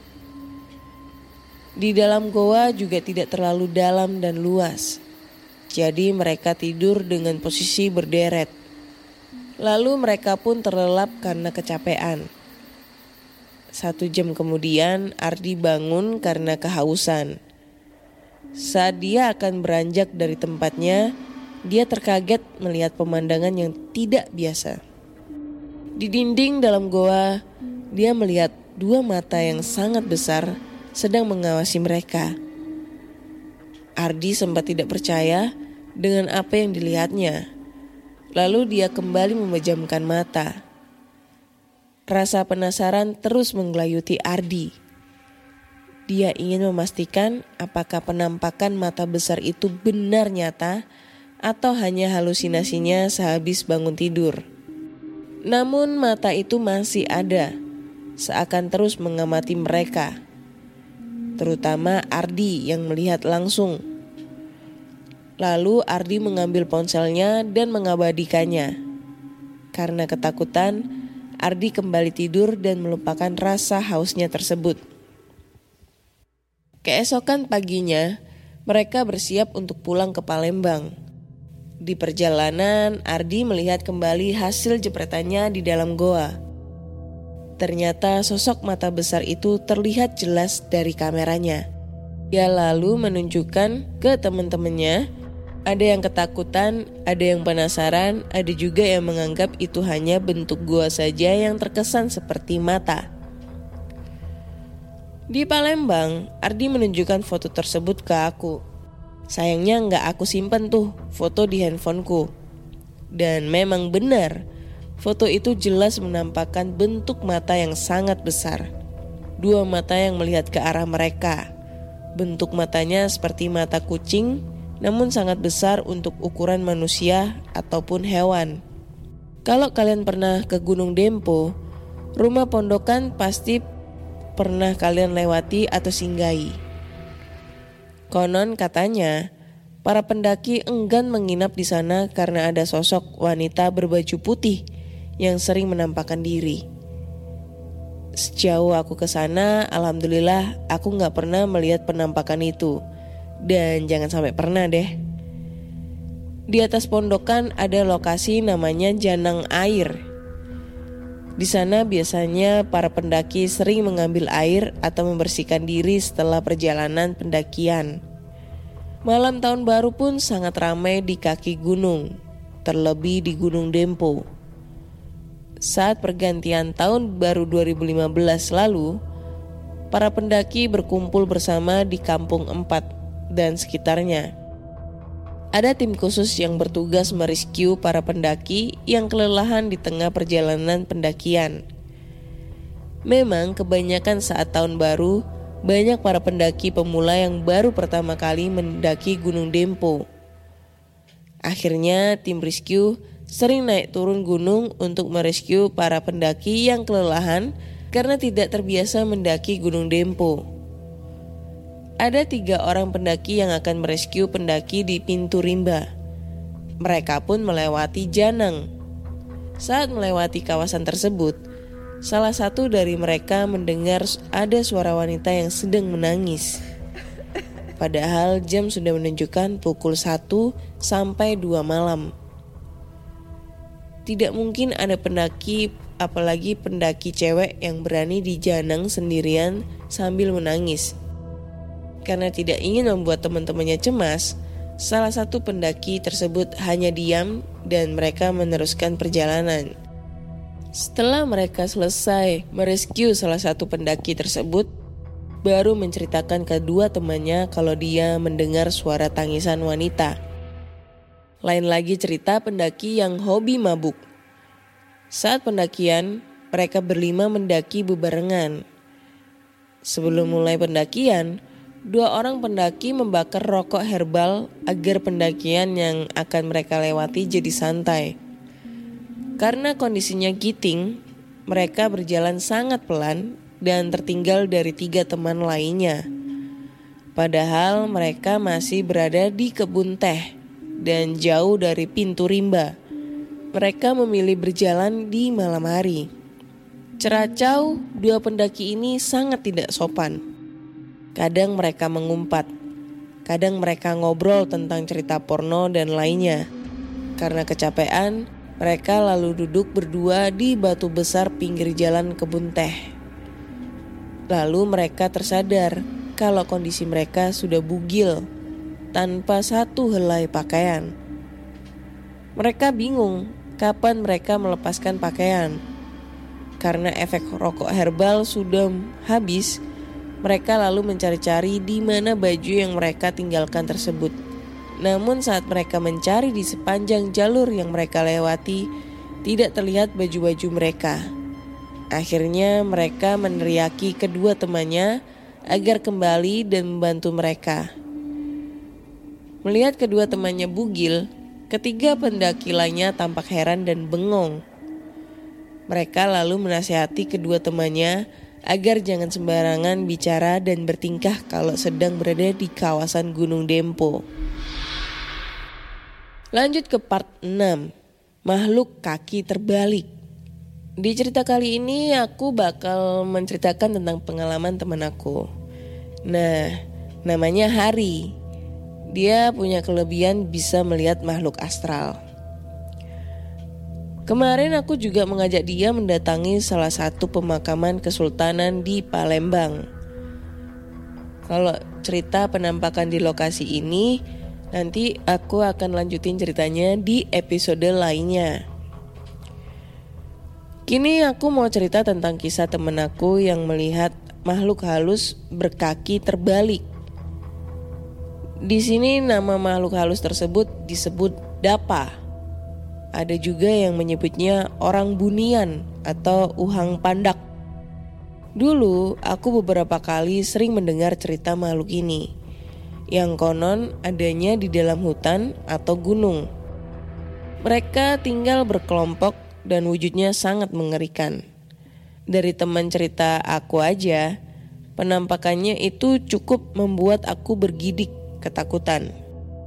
Di dalam goa juga tidak terlalu dalam dan luas. Jadi mereka tidur dengan posisi berderet. Lalu mereka pun terlelap karena kecapean. Satu jam kemudian Ardi bangun karena kehausan. Saat dia akan beranjak dari tempatnya, dia terkaget melihat pemandangan yang tidak biasa. Di dinding dalam goa, dia melihat dua mata yang sangat besar sedang mengawasi mereka. Ardi sempat tidak percaya dengan apa yang dilihatnya. Lalu dia kembali memejamkan mata. Rasa penasaran terus menggelayuti Ardi. Dia ingin memastikan apakah penampakan mata besar itu benar nyata atau hanya halusinasinya sehabis bangun tidur. Namun mata itu masih ada, seakan terus mengamati mereka. Terutama Ardi yang melihat langsung. Lalu Ardi mengambil ponselnya dan mengabadikannya. Karena ketakutan, Ardi kembali tidur dan melupakan rasa hausnya tersebut. Keesokan paginya, mereka bersiap untuk pulang ke Palembang. Di perjalanan, Ardi melihat kembali hasil jepretannya di dalam goa. Ternyata sosok mata besar itu terlihat jelas dari kameranya. Dia lalu menunjukkan ke teman-temannya. Ada yang ketakutan, ada yang penasaran, ada juga yang menganggap itu hanya bentuk goa saja yang terkesan seperti mata. Di Palembang, Ardi menunjukkan foto tersebut ke aku. Sayangnya nggak aku simpen tuh foto di handphoneku. Dan memang benar, foto itu jelas menampakkan bentuk mata yang sangat besar. Dua mata yang melihat ke arah mereka. Bentuk matanya seperti mata kucing, namun sangat besar untuk ukuran manusia ataupun hewan. Kalau kalian pernah ke Gunung Dempo, rumah pondokan pasti pernah kalian lewati atau singgahi. Konon katanya, para pendaki enggan menginap di sana karena ada sosok wanita berbaju putih yang sering menampakkan diri. Sejauh aku ke sana, alhamdulillah aku gak pernah melihat penampakan itu. Dan jangan sampai pernah deh. Di atas pondokan ada lokasi namanya Janang Air. Di sana biasanya para pendaki sering mengambil air atau membersihkan diri setelah perjalanan pendakian. Malam tahun baru pun sangat ramai di kaki gunung, terlebih di Gunung Dempo. Saat pergantian tahun baru dua ribu lima belas lalu, para pendaki berkumpul bersama di Kampung Empat dan sekitarnya. Ada tim khusus yang bertugas merescue para pendaki yang kelelahan di tengah perjalanan pendakian. Memang kebanyakan saat tahun baru, banyak para pendaki pemula yang baru pertama kali mendaki Gunung Dempo. Akhirnya tim rescue sering naik turun gunung untuk merescue para pendaki yang kelelahan karena tidak terbiasa mendaki Gunung Dempo. Ada tiga orang pendaki yang akan merescue pendaki di Pintu Rimba. Mereka pun melewati Janang. Saat melewati kawasan tersebut, salah satu dari mereka mendengar ada suara wanita yang sedang menangis. Padahal jam sudah menunjukkan pukul satu sampai dua malam. Tidak mungkin ada pendaki, apalagi pendaki cewek yang berani di Janang sendirian sambil menangis. Karena tidak ingin membuat teman-temannya cemas, salah satu pendaki tersebut hanya diam dan mereka meneruskan perjalanan. Setelah mereka selesai merescue salah satu pendaki tersebut, baru menceritakan kedua temannya kalau dia mendengar suara tangisan wanita. Lain lagi cerita pendaki yang hobi mabuk. Saat pendakian, mereka berlima mendaki bebarengan. Sebelum mulai pendakian, dua orang pendaki membakar rokok herbal agar pendakian yang akan mereka lewati jadi santai. Karena kondisinya giting, mereka berjalan sangat pelan dan tertinggal dari tiga teman lainnya. Padahal mereka masih berada di kebun teh dan jauh dari Pintu Rimba. Mereka memilih berjalan di malam hari. Ceracau, dua pendaki ini sangat tidak sopan. Kadang mereka mengumpat, kadang mereka ngobrol tentang cerita porno dan lainnya. Karena kecapean, mereka lalu duduk berdua di batu besar pinggir jalan kebun teh. Lalu mereka tersadar kalau kondisi mereka sudah bugil, tanpa satu helai pakaian. Mereka bingung kapan mereka melepaskan pakaian. Karena efek rokok herbal sudah habis, mereka lalu mencari-cari di mana baju yang mereka tinggalkan tersebut. Namun saat mereka mencari di sepanjang jalur yang mereka lewati, tidak terlihat baju-baju mereka. Akhirnya mereka meneriaki kedua temannya agar kembali dan membantu mereka. Melihat kedua temannya bugil, ketiga pendaki lainnya tampak heran dan bengong. Mereka lalu menasihati kedua temannya agar jangan sembarangan bicara dan bertingkah kalau sedang berada di kawasan Gunung Dempo. Lanjut ke part enam, makhluk kaki terbalik. Di cerita kali ini aku bakal menceritakan tentang pengalaman teman aku. Nah, namanya Hari. Dia punya kelebihan bisa melihat makhluk astral. Kemarin aku juga mengajak dia mendatangi salah satu pemakaman kesultanan di Palembang. Kalau cerita penampakan di lokasi ini, nanti aku akan lanjutin ceritanya di episode lainnya. Kini aku mau cerita tentang kisah temen aku yang melihat makhluk halus berkaki terbalik. Di sini nama makhluk halus tersebut disebut Dapa. Ada juga yang menyebutnya orang bunian atau uhang pandak. Dulu aku beberapa kali sering mendengar cerita makhluk ini, yang konon adanya di dalam hutan atau gunung. Mereka tinggal berkelompok dan wujudnya sangat mengerikan. Dari teman cerita aku aja, penampakannya itu cukup membuat aku bergidik ketakutan.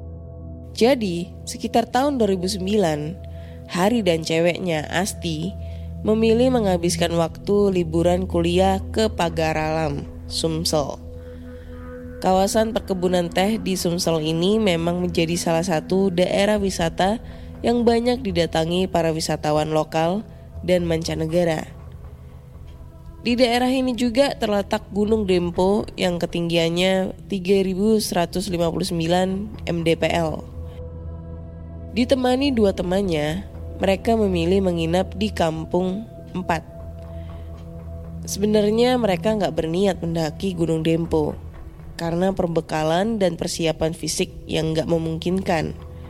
Jadi, sekitar tahun dua ribu sembilan, Hari dan ceweknya Asti memilih menghabiskan waktu liburan kuliah ke Pagaralam, Sumsel. Kawasan perkebunan teh di Sumsel ini memang menjadi salah satu daerah wisata yang banyak didatangi para wisatawan lokal dan mancanegara. Di daerah ini juga terletak Gunung Dempo yang ketinggiannya tiga ribu seratus lima puluh sembilan mdpl. Ditemani dua temannya, mereka memilih menginap di Kampung empat. Sebenarnya mereka nggak berniat mendaki Gunung Dempo karena perbekalan dan persiapan fisik yang nggak memungkinkan.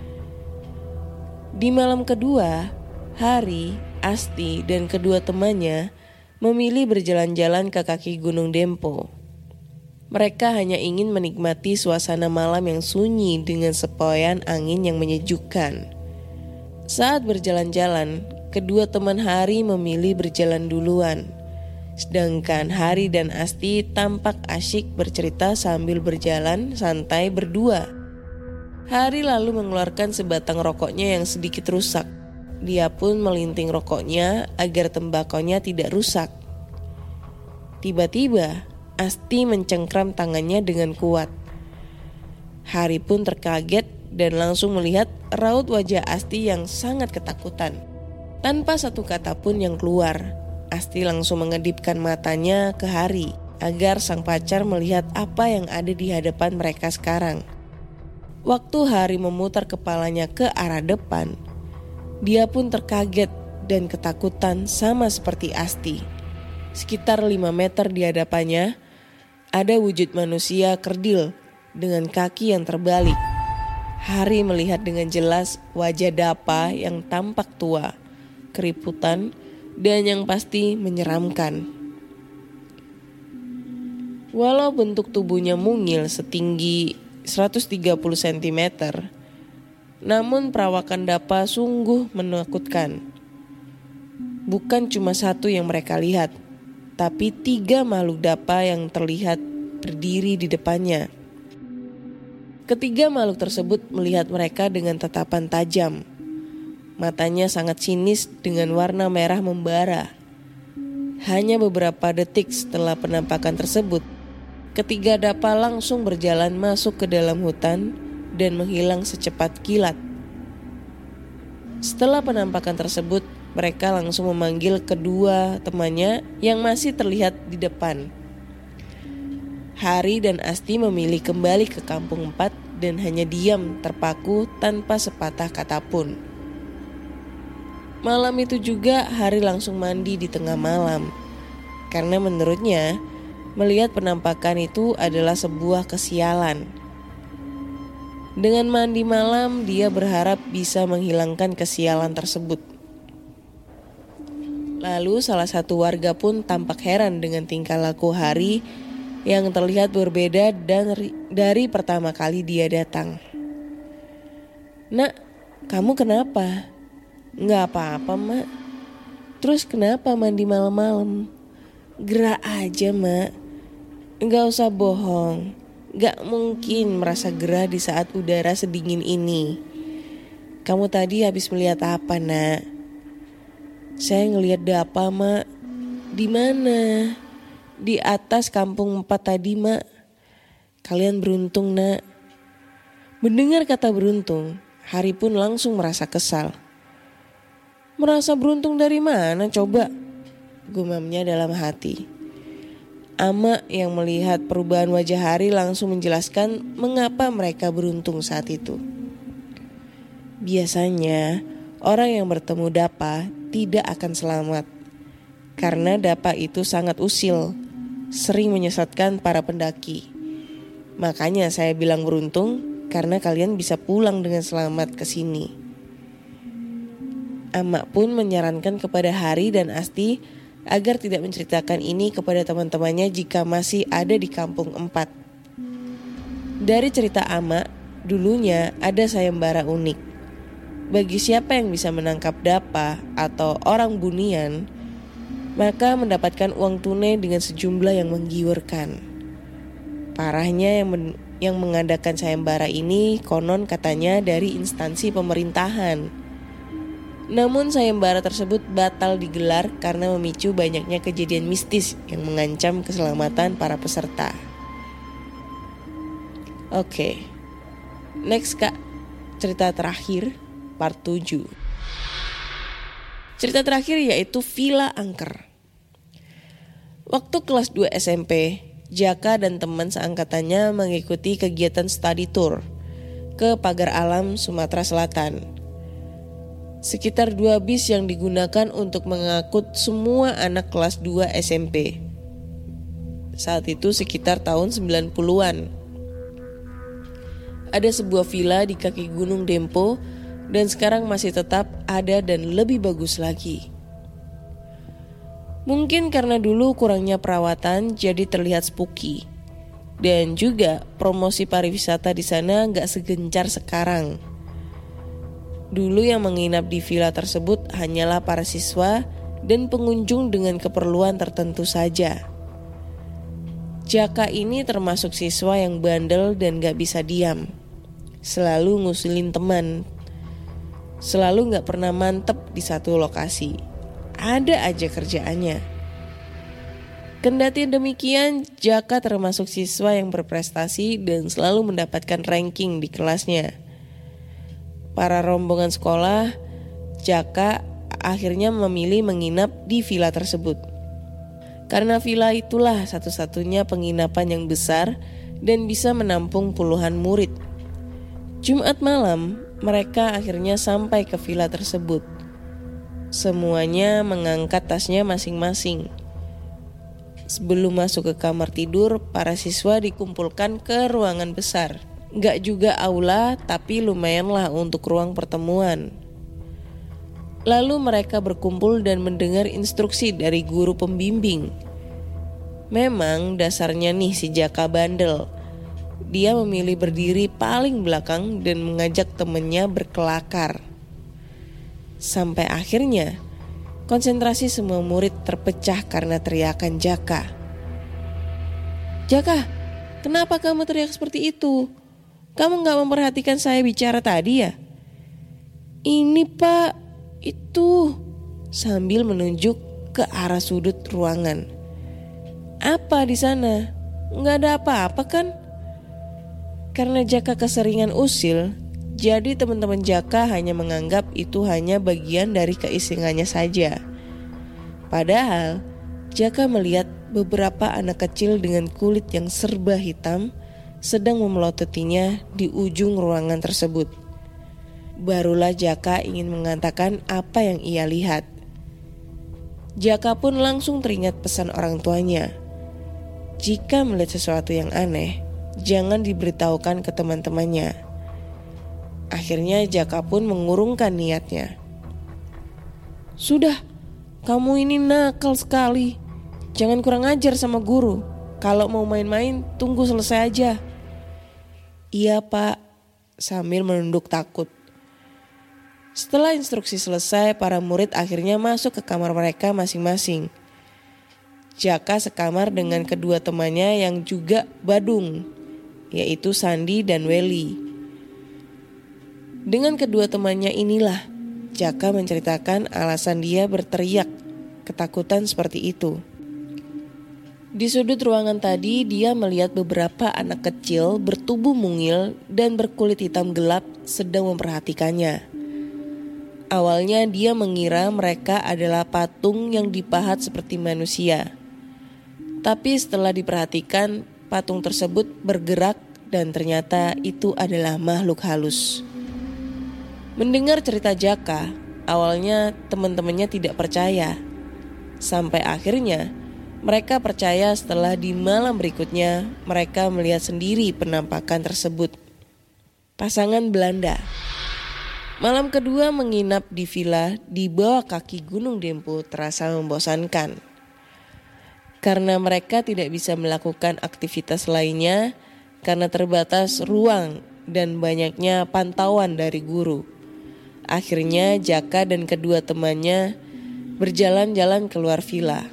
Di malam kedua, Hari, Asti, dan kedua temannya memilih berjalan-jalan ke kaki Gunung Dempo. Mereka hanya ingin menikmati suasana malam yang sunyi dengan sepoi angin yang menyejukkan. Saat berjalan-jalan, kedua teman Hari memilih berjalan duluan. Sedangkan Hari dan Asti tampak asyik bercerita sambil berjalan santai berdua. Hari lalu mengeluarkan sebatang rokoknya yang sedikit rusak. Dia pun melinting rokoknya agar tembakonya tidak rusak. Tiba-tiba Asti mencengkram tangannya dengan kuat. Hari pun terkaget dan langsung melihat raut wajah Asti yang sangat ketakutan. Tanpa satu kata pun yang keluar, Asti langsung mengedipkan matanya ke Hari agar sang pacar melihat apa yang ada di hadapan mereka sekarang. Waktu Hari memutar kepalanya ke arah depan, dia pun terkaget dan ketakutan sama seperti Asti. Sekitar lima meter di hadapannya, ada wujud manusia kerdil dengan kaki yang terbalik. Hari melihat dengan jelas wajah Dapa yang tampak tua, keriputan, dan yang pasti menyeramkan. Walau bentuk tubuhnya mungil setinggi seratus tiga puluh sentimeter, namun perawakan Dapa sungguh menakutkan. Bukan cuma satu yang mereka lihat, tapi tiga makhluk Dapa yang terlihat berdiri di depannya. Ketiga makhluk tersebut melihat mereka dengan tatapan tajam. Matanya sangat sinis dengan warna merah membara. Hanya beberapa detik setelah penampakan tersebut, ketiga Dapa langsung berjalan masuk ke dalam hutan dan menghilang secepat kilat. Setelah penampakan tersebut, mereka langsung memanggil kedua temannya yang masih terlihat di depan. Hari dan Asti memilih kembali ke Kampung empat dan hanya diam terpaku tanpa sepatah kata pun. Malam itu juga Hari langsung mandi di tengah malam, karena menurutnya melihat penampakan itu adalah sebuah kesialan. Dengan mandi malam, dia berharap bisa menghilangkan kesialan tersebut. Lalu salah satu warga pun tampak heran dengan tingkah laku Hari yang terlihat berbeda dan dari pertama kali dia datang. "Nak, kamu kenapa?" "Nggak apa-apa, Mak." "Terus kenapa mandi malam-malam?" "Gerak aja, Mak." "Nggak usah bohong. Nggak mungkin merasa gerah di saat udara sedingin ini. Kamu tadi habis melihat apa, Nak?" "Saya ngelihat Dapa, Mak." "Di mana?" "Di atas Kampung empat tadi, Mak." "Kalian beruntung, Nak." Mendengar kata beruntung, Hari pun langsung merasa kesal. "Merasa beruntung dari mana coba?" gumamnya dalam hati. Ama yang melihat perubahan wajah Hari langsung menjelaskan mengapa mereka beruntung saat itu. Biasanya orang yang bertemu Dapa tidak akan selamat, karena Dapa itu sangat usil, sering menyesatkan para pendaki. Makanya saya bilang beruntung karena kalian bisa pulang dengan selamat ke sini. Ama pun menyarankan kepada Hari dan Asti agar tidak menceritakan ini kepada teman-temannya jika masih ada di Kampung empat. Dari cerita Ama, dulunya ada sayembara unik. Bagi siapa yang bisa menangkap Dapa atau orang Bunian, maka mendapatkan uang tunai dengan sejumlah yang menggiurkan. Parahnya yang, men- yang mengadakan sayembara ini konon katanya dari instansi pemerintahan. Namun sayembara tersebut batal digelar karena memicu banyaknya kejadian mistis yang mengancam keselamatan para peserta. Oke, next Kak, cerita terakhir part tujuh. Cerita terakhir yaitu Villa Angker. Waktu kelas dua S M P, Jaka dan teman seangkatannya mengikuti kegiatan study tour ke Pagar Alam, Sumatera Selatan. Sekitar dua bis yang digunakan untuk mengangkut semua anak kelas dua S M P. Saat itu sekitar tahun sembilan puluhan. Ada sebuah villa di kaki Gunung Dempo dan sekarang masih tetap ada dan lebih bagus lagi. Mungkin karena dulu kurangnya perawatan jadi terlihat spooky. Dan juga promosi pariwisata di sana gak segencar sekarang. Dulu yang menginap di villa tersebut hanyalah para siswa dan pengunjung dengan keperluan tertentu saja. Jaka ini termasuk siswa yang bandel dan gak bisa diam. Selalu ngusilin teman. Selalu gak pernah mantep di satu lokasi. Ada aja kerjaannya. Kendati demikian, Jaka termasuk siswa yang berprestasi dan selalu mendapatkan ranking di kelasnya. Para rombongan sekolah, Jaka akhirnya memilih menginap di villa tersebut. Karena villa itulah satu-satunya penginapan yang besar dan bisa menampung puluhan murid. Jumat malam, mereka akhirnya sampai ke villa tersebut. Semuanya mengangkat tasnya masing-masing. Sebelum masuk ke kamar tidur, para siswa dikumpulkan ke ruangan besar. Gak juga aula, tapi lumayanlah untuk ruang pertemuan. Lalu mereka berkumpul dan mendengar instruksi dari guru pembimbing. Memang dasarnya nih si Jaka bandel. Dia memilih berdiri paling belakang dan mengajak temannya berkelakar. Sampai akhirnya konsentrasi semua murid terpecah karena teriakan Jaka. Jaka, kenapa kamu teriak seperti itu? Kamu gak memperhatikan saya bicara tadi ya? Ini pak, itu, sambil menunjuk ke arah sudut ruangan. Apa di sana? Gak ada apa-apa kan? Karena Jaka keseringan usil, jadi teman-teman Jaka hanya menganggap itu hanya bagian dari keisengannya saja. Padahal Jaka melihat beberapa anak kecil dengan kulit yang serba hitam sedang memelototinya di ujung ruangan tersebut. Barulah Jaka ingin mengatakan apa yang ia lihat. Jaka pun langsung teringat pesan orang tuanya. Jika melihat sesuatu yang aneh, jangan diberitahukan ke teman-temannya. Akhirnya Jaka pun mengurungkan niatnya. Sudah, kamu ini nakal sekali. Jangan kurang ajar sama guru. Kalau mau main-main, tunggu selesai aja. Iya pak, sambil menunduk takut. Setelah instruksi selesai, para murid akhirnya masuk ke kamar mereka masing-masing. Jaka sekamar dengan kedua temannya yang juga badung, yaitu Sandi dan Welly. Dengan kedua temannya inilah, Jaka menceritakan alasan dia berteriak ketakutan seperti itu. Di sudut ruangan tadi, dia melihat beberapa anak kecil bertubuh mungil dan berkulit hitam gelap sedang memperhatikannya. Awalnya dia mengira mereka adalah patung yang dipahat seperti manusia. Tapi setelah diperhatikan, patung tersebut bergerak dan ternyata itu adalah makhluk halus. Mendengar cerita Jaka, awalnya teman-temannya tidak percaya. Sampai akhirnya mereka percaya setelah di malam berikutnya mereka melihat sendiri penampakan tersebut. Pasangan Belanda. Malam kedua menginap di villa di bawah kaki Gunung Dempo terasa membosankan. Karena mereka tidak bisa melakukan aktivitas lainnya karena terbatas ruang dan banyaknya pantauan dari guru. Akhirnya Jaka dan kedua temannya berjalan-jalan keluar villa.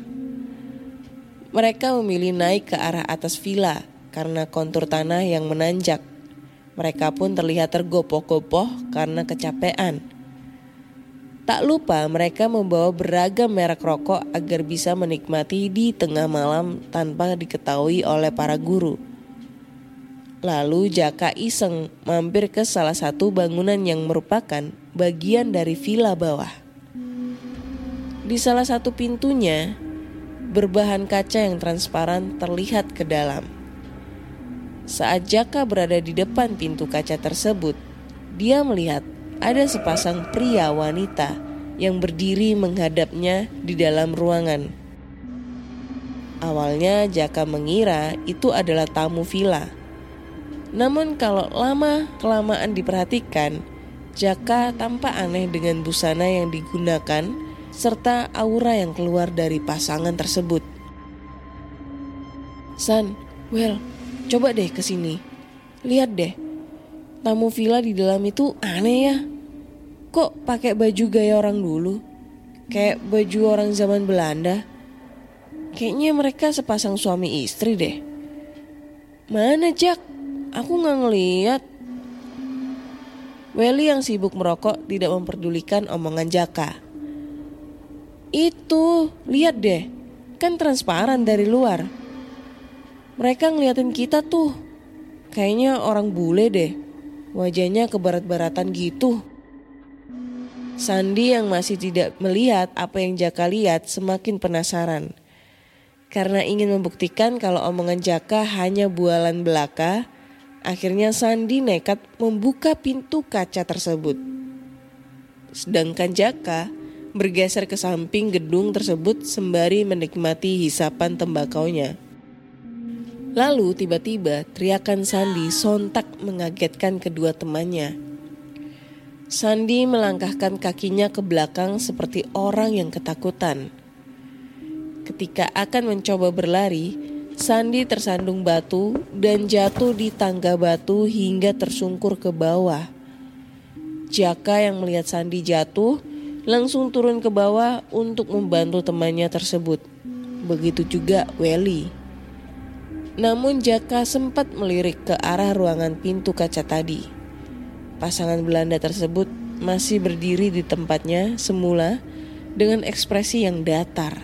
Mereka memilih naik ke arah atas villa karena kontur tanah yang menanjak. Mereka pun terlihat tergopoh-gopoh karena kecapean. Tak lupa mereka membawa beragam merek rokok agar bisa menikmati di tengah malam tanpa diketahui oleh para guru. Lalu Jaka iseng mampir ke salah satu bangunan yang merupakan bagian dari villa bawah. Di salah satu pintunya, berbahan kaca yang transparan terlihat ke dalam. Saat Jaka berada di depan pintu kaca tersebut, dia melihat ada sepasang pria wanita yang berdiri menghadapnya di dalam ruangan. Awalnya Jaka mengira itu adalah tamu villa. Namun kalau lama-kelamaan diperhatikan, Jaka tampak aneh dengan busana yang digunakan serta aura yang keluar dari pasangan tersebut. "San, Well, coba deh kesini. Lihat deh, tamu villa di dalam itu aneh ya. Kok pakai baju gaya orang dulu? Kayak baju orang zaman Belanda. Kayaknya mereka sepasang suami istri deh." "Mana, Jak? Aku gak ngeliat." Welly yang sibuk merokok tidak memperdulikan omongan Jaka. "Itu, lihat deh. Kan transparan dari luar. Mereka ngeliatin kita tuh. Kayaknya orang bule deh. Wajahnya kebarat-baratan gitu." Sandi yang masih tidak melihat apa yang Jaka lihat semakin penasaran. Karena ingin membuktikan kalau omongan Jaka hanya bualan belaka, akhirnya Sandi nekat membuka pintu kaca tersebut. Sedangkan Jaka bergeser ke samping gedung tersebut sembari menikmati hisapan tembakaunya. Lalu tiba-tiba teriakan Sandi sontak mengagetkan kedua temannya. Sandi melangkahkan kakinya ke belakang seperti orang yang ketakutan. Ketika akan mencoba berlari, Sandi tersandung batu dan jatuh di tangga batu hingga tersungkur ke bawah. Jaka yang melihat Sandi jatuh langsung turun ke bawah untuk membantu temannya tersebut. Begitu juga Welly. Namun Jaka sempat melirik ke arah ruangan pintu kaca tadi. Pasangan Belanda tersebut masih berdiri di tempatnya semula dengan ekspresi yang datar.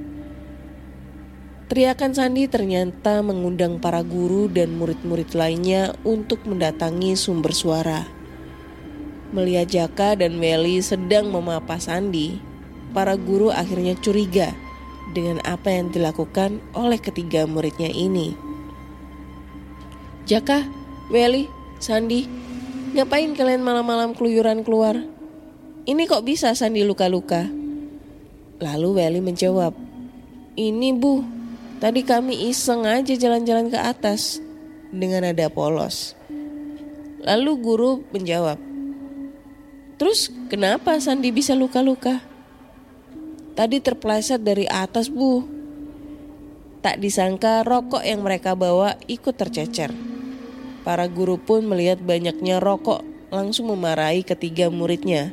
Teriakan Sandi ternyata mengundang para guru dan murid-murid lainnya untuk mendatangi sumber suara. Melihat Jaka dan Welly sedang memapa Sandi, para guru akhirnya curiga dengan apa yang dilakukan oleh ketiga muridnya ini. "Jaka, Welly, Sandi, ngapain kalian malam-malam keluyuran keluar? Ini kok bisa Sandi luka-luka?" Lalu Welly menjawab, "Ini Bu, tadi kami iseng aja jalan-jalan ke atas," dengan nada polos. Lalu guru menjawab, "Terus kenapa Sandi bisa luka-luka?" "Tadi terpeleset dari atas Bu." Tak disangka rokok yang mereka bawa ikut tercecer. Para guru pun melihat banyaknya rokok langsung memarahi ketiga muridnya.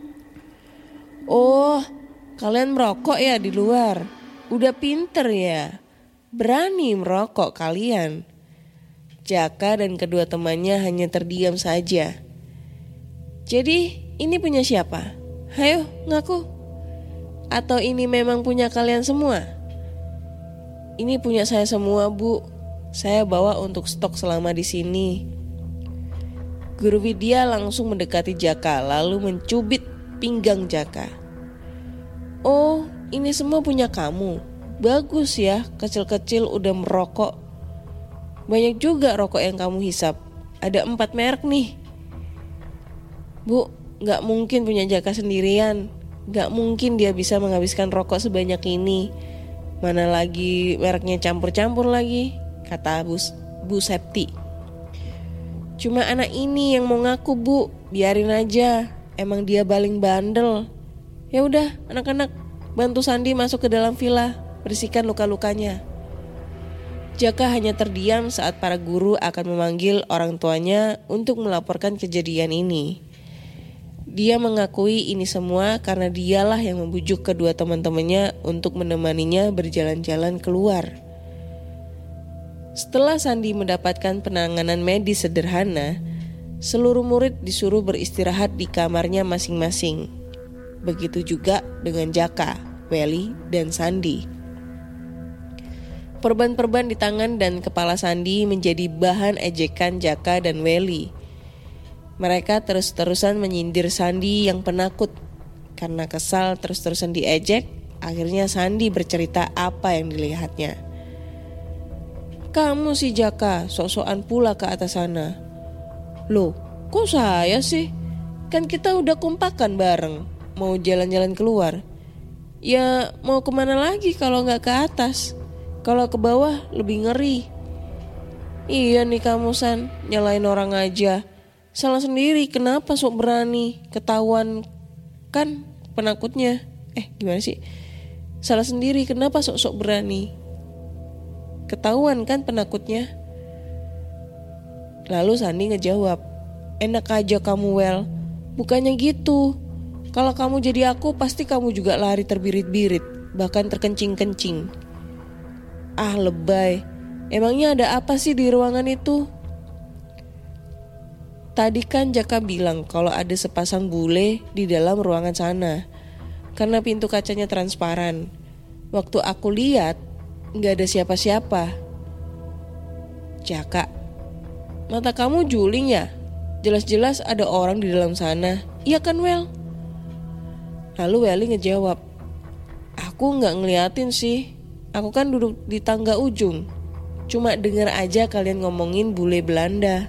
"Oh, kalian merokok ya di luar? Udah pinter ya? Berani merokok kalian." Jaka dan kedua temannya hanya terdiam saja. "Jadi ini punya siapa? Hayo ngaku. Atau ini memang punya kalian semua?" "Ini punya saya semua Bu. Saya bawa untuk stok selama di sini." Guru Widya langsung mendekati Jaka lalu mencubit pinggang Jaka. "Oh, ini semua punya kamu. Bagus ya, kecil-kecil udah merokok. Banyak juga rokok yang kamu hisap. Ada empat merek nih." "Bu, gak mungkin punya Jaka sendirian. Gak mungkin dia bisa menghabiskan rokok sebanyak ini. Mana lagi mereknya campur-campur lagi," kata Bu, Bu Septi. "Cuma anak ini yang mau ngaku Bu, biarin aja. Emang dia paling bandel. Ya udah, anak-anak, bantu Sandi masuk ke dalam villa, bersihkan luka-lukanya." Jaka hanya terdiam saat para guru akan memanggil orang tuanya untuk melaporkan kejadian ini. Dia mengakui ini semua karena dialah yang membujuk kedua teman-temannya untuk menemaninya berjalan-jalan keluar. Setelah Sandi mendapatkan penanganan medis sederhana, seluruh murid disuruh beristirahat di kamarnya masing-masing. Begitu juga dengan Jaka, Welly, dan Sandi. Perban-perban di tangan dan kepala Sandi menjadi bahan ejekan Jaka dan Welly. Mereka terus-terusan menyindir Sandi yang penakut. Karena kesal terus-terusan diejek, akhirnya Sandi bercerita apa yang dilihatnya. Kamu si Jaka, sok-sokan pula ke atas sana. Loh, kok saya sih? Kan kita udah kompakan bareng, mau jalan-jalan keluar. Ya mau kemana lagi kalau gak ke atas? Kalau ke bawah lebih ngeri. Iya nih kamu San, nyalain orang aja. Salah sendiri, kenapa sok berani? Ketahuan kan penakutnya. Eh gimana sih? Salah sendiri, kenapa sok-sok berani? Ketahuan kan penakutnya. Lalu Sandi ngejawab, enak aja kamu Wel, bukannya gitu. Kalau kamu jadi aku pasti kamu juga lari terbirit-birit, bahkan terkencing-kencing. Ah lebay, emangnya ada apa sih di ruangan itu? Tadi kan Jaka bilang kalau ada sepasang bule di dalam ruangan sana, karena pintu kacanya transparan. Waktu aku lihat, gak ada siapa-siapa. Jaka, mata kamu juling ya? Jelas-jelas ada orang di dalam sana. Iya kan Wel? Lalu Welly ngejawab, aku gak ngeliatin sih. Aku kan duduk di tangga ujung. Cuma denger aja kalian ngomongin bule Belanda.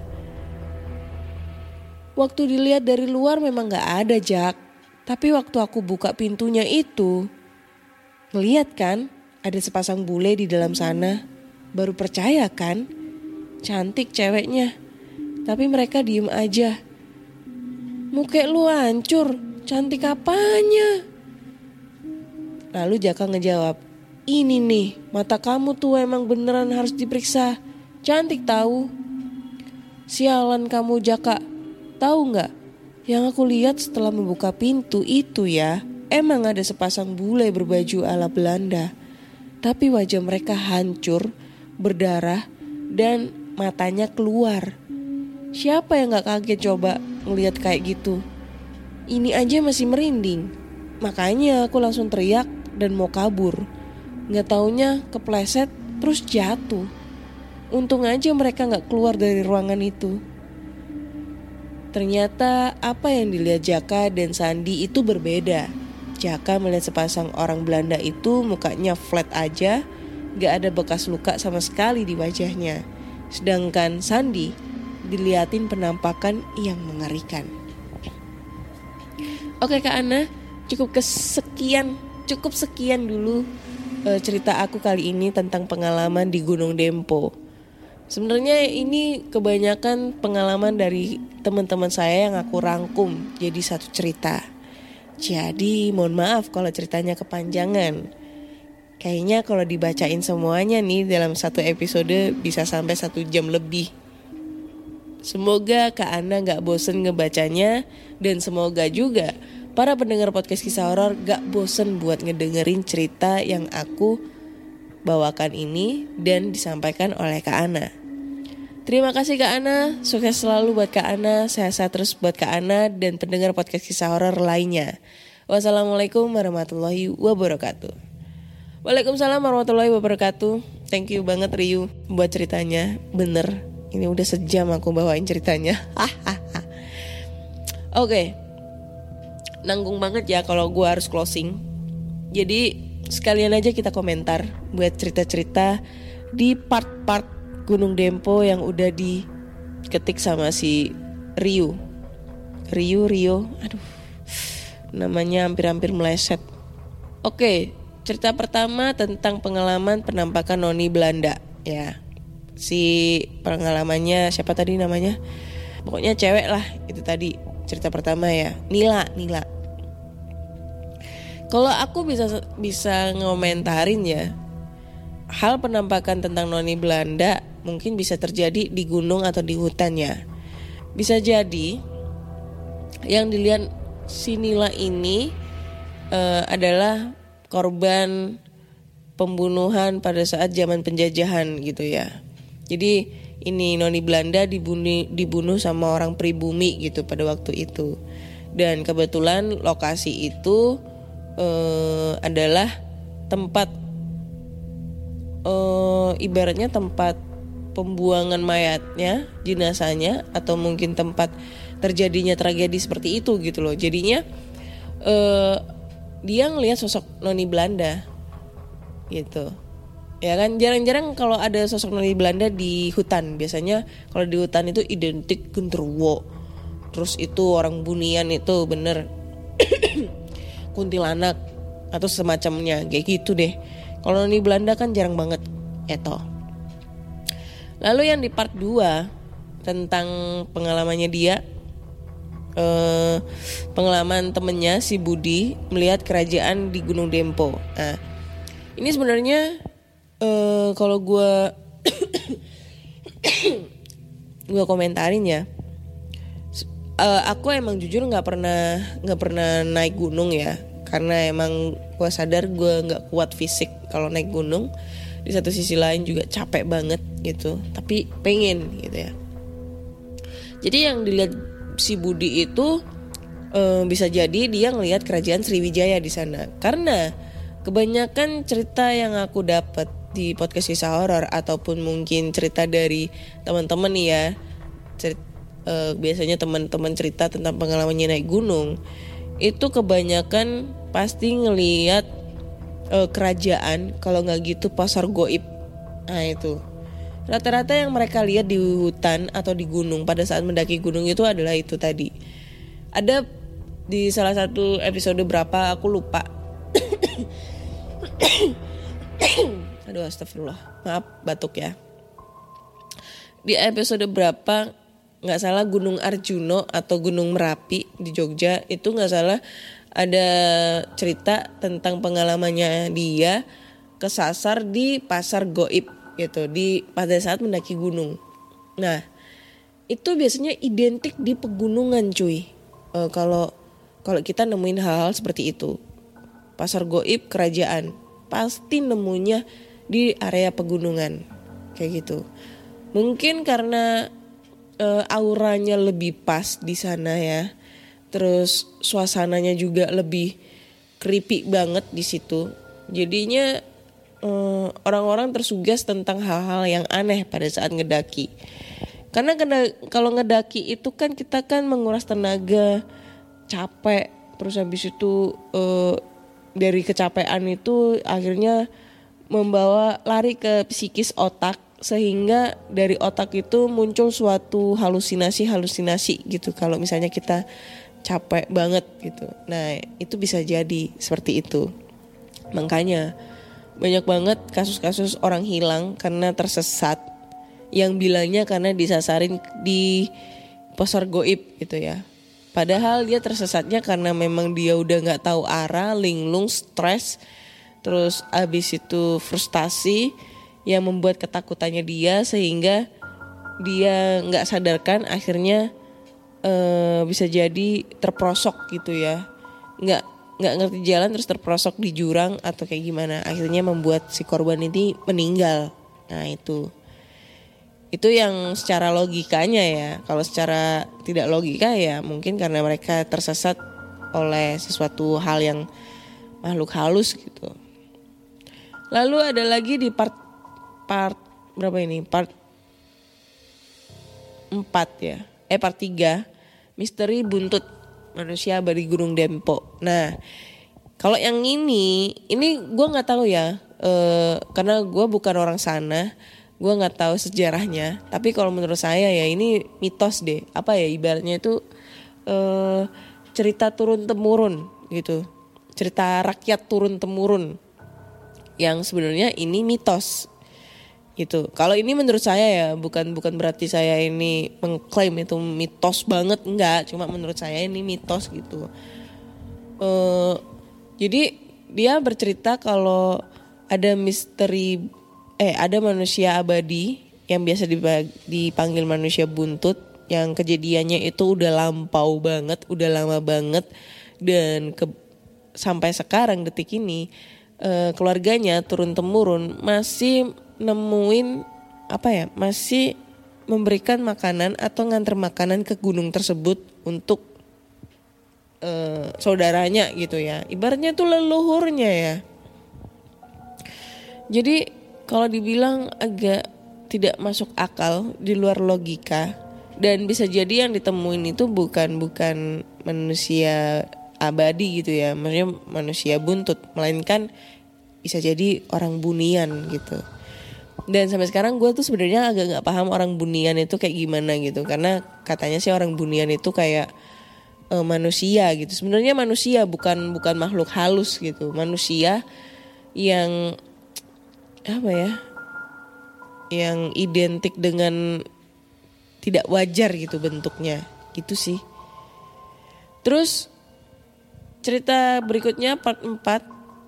Waktu dilihat dari luar memang gak ada Jak. Tapi waktu aku buka pintunya itu, ngeliat kan ada sepasang bule di dalam sana. Baru percaya kan? Cantik ceweknya. Tapi mereka diem aja. Muka lu hancur, cantik apanya? Lalu Jaka ngejawab, ini nih, mata kamu tuh emang beneran harus diperiksa. Cantik tahu. Sialan kamu Jaka. Tahu nggak? Yang aku lihat setelah membuka pintu itu ya, emang ada sepasang bule berbaju ala Belanda. Tapi wajah mereka hancur, berdarah, dan matanya keluar. Siapa yang gak kaget coba ngelihat kayak gitu? Ini aja masih merinding. Makanya aku langsung teriak dan mau kabur. Gak taunya kepleset terus jatuh. Untung aja mereka gak keluar dari ruangan itu. Ternyata apa yang dilihat Jaka dan Sandi itu berbeda. Jaka melihat sepasang orang Belanda itu mukanya flat aja, gak ada bekas luka sama sekali di wajahnya. Sedangkan Sandi diliatin penampakan yang mengerikan. Oke Kak Ana, cukup kesekian, cukup sekian dulu e, cerita aku kali ini tentang pengalaman di Gunung Dempo. Sebenarnya ini kebanyakan pengalaman dari teman-teman saya yang aku rangkum jadi satu cerita. Jadi mohon maaf kalau ceritanya kepanjangan. Kayaknya kalau dibacain semuanya nih dalam satu episode bisa sampai satu jam lebih. Semoga Kak Ana gak bosen ngebacanya. Dan semoga juga para pendengar podcast kisah horor gak bosen buat ngedengerin cerita yang aku bawakan ini dan disampaikan oleh Kak Ana. Terima kasih Kak Ana, sukses selalu buat Kak Ana, sehat-sehat terus buat Kak Ana dan pendengar podcast kisah horor lainnya. Wassalamualaikum warahmatullahi wabarakatuh. Waalaikumsalam warahmatullahi wabarakatuh. Thank you banget Ryu buat ceritanya. Bener, ini udah sejam aku bawain ceritanya. Oke, okay. Nanggung banget ya kalau gue harus closing. Jadi sekalian aja kita komentar buat cerita-cerita di part-part Gunung Dempo yang udah diketik sama si Ryu. Ryu, Rio, aduh, namanya hampir-hampir meleset. Oke, cerita pertama tentang pengalaman penampakan noni Belanda. Ya, si pengalamannya siapa tadi namanya? Pokoknya cewek lah, itu tadi cerita pertama ya. Nila, Nila. Kalau aku bisa bisa ngomentarin ya, hal penampakan tentang noni Belanda mungkin bisa terjadi di gunung atau di hutan ya. Bisa jadi yang dilihat si Nila ini uh, adalah korban pembunuhan pada saat zaman penjajahan gitu ya. Jadi ini noni Belanda dibunuh, dibunuh sama orang pribumi gitu pada waktu itu. Dan kebetulan lokasi itu uh, adalah tempat uh, ibaratnya tempat pembuangan mayatnya, jenazahnya, atau mungkin tempat terjadinya tragedi seperti itu gitu loh. Jadinya uh, dia ngelihat sosok noni Belanda gitu. Ya kan, jarang-jarang kalau ada sosok noni Belanda di hutan. Biasanya kalau di hutan itu identik genderuwo. Terus itu orang Bunian itu bener kuntilanak atau semacamnya kayak gitu deh. Kalau noni Belanda kan jarang banget eto. Lalu yang di part dua tentang pengalamannya dia, eh, pengalaman temennya si Budi melihat kerajaan di Gunung Dempo. Nah, ini sebenarnya Uh, kalau gue gue komentarin ya, uh, aku emang jujur nggak pernah nggak pernah naik gunung ya, karena emang gue sadar gue nggak kuat fisik kalau naik gunung. Di satu sisi lain juga capek banget gitu, tapi pengen gitu ya. Jadi yang dilihat si Budi itu uh, bisa jadi dia ngelihat kerajaan Sriwijaya di sana, karena kebanyakan cerita yang aku dapat di podcast kisah horor ataupun mungkin cerita dari teman-teman nih ya, cerita, uh, biasanya teman-teman cerita tentang pengalamannya naik gunung, itu kebanyakan pasti ngelihat uh, kerajaan, kalau nggak gitu pasar goib. Nah itu rata-rata yang mereka lihat di hutan atau di gunung pada saat mendaki gunung itu adalah itu tadi. Ada di salah satu episode berapa aku lupa. Aduh astagfirullah, maaf batuk ya. Di episode berapa gak salah Gunung Arjuno atau Gunung Merapi di Jogja, itu gak salah ada cerita tentang pengalamannya dia kesasar di pasar goib gitu, di pada saat mendaki gunung. Nah itu biasanya identik di pegunungan cuy. e, Kalau kalau kita nemuin hal-hal seperti itu, pasar goib kerajaan, pasti nemunya di area pegunungan kayak gitu. Mungkin karena e, auranya lebih pas di sana ya. Terus suasananya juga lebih creepy banget di situ. Jadinya e, orang-orang tersugas tentang hal-hal yang aneh pada saat ngedaki. Karena kena, kalau ngedaki itu kan kita kan menguras tenaga, capek, terus habis itu e, dari kecapean itu akhirnya membawa lari ke psikis otak, sehingga dari otak itu muncul suatu halusinasi-halusinasi gitu kalau misalnya kita capek banget gitu. Nah itu bisa jadi seperti itu. Makanya banyak banget kasus-kasus orang hilang karena tersesat, yang bilangnya karena disasarin di pasar goib gitu ya. Padahal dia tersesatnya karena memang dia udah gak tahu arah, linglung, stres, terus abis itu frustasi yang membuat ketakutannya dia, sehingga dia gak sadarkan akhirnya e, bisa jadi terprosok gitu ya. Gak, gak ngerti jalan terus terprosok di jurang atau kayak gimana. Akhirnya membuat si korban ini meninggal. Nah itu Itu yang secara logikanya ya. Kalau secara tidak logika ya mungkin karena mereka tersesat oleh sesuatu hal yang makhluk halus gitu. Lalu ada lagi di part part berapa ini? Part empat ya. Eh part tiga, misteri buntut manusia abadi Gunung Dempo. Nah, kalau yang ini ini gue nggak tahu ya. Eh, karena gue bukan orang sana. Gue nggak tahu sejarahnya, tapi kalau menurut saya ya ini mitos deh. Apa ya ibaratnya itu uh, cerita turun temurun gitu, cerita rakyat turun temurun, yang sebenarnya ini mitos gitu. Kalau ini menurut saya ya bukan bukan berarti saya ini mengklaim itu mitos banget, enggak. Cuma menurut saya ini mitos gitu. Uh, jadi dia bercerita kalau ada misteri Eh ada manusia abadi yang biasa dipanggil manusia buntut, yang kejadiannya itu udah lampau banget, udah lama banget, dan ke, sampai sekarang detik ini eh, keluarganya turun temurun masih nemuin apa ya, masih memberikan makanan atau nganter makanan ke gunung tersebut untuk uh, saudaranya gitu ya. Ibaratnya tuh leluhurnya ya. Jadi kalau dibilang agak tidak masuk akal, di luar logika, dan bisa jadi yang ditemuin itu bukan bukan manusia abadi gitu ya, maksudnya manusia buntut, melainkan bisa jadi orang bunian gitu. Dan sampai sekarang gue tuh sebenarnya agak nggak paham orang bunian itu kayak gimana gitu, karena katanya sih orang bunian itu kayak uh, manusia gitu. Sebenarnya manusia bukan bukan makhluk halus gitu, manusia yang apa ya, yang identik dengan tidak wajar gitu bentuknya gitu sih. Terus cerita berikutnya part empat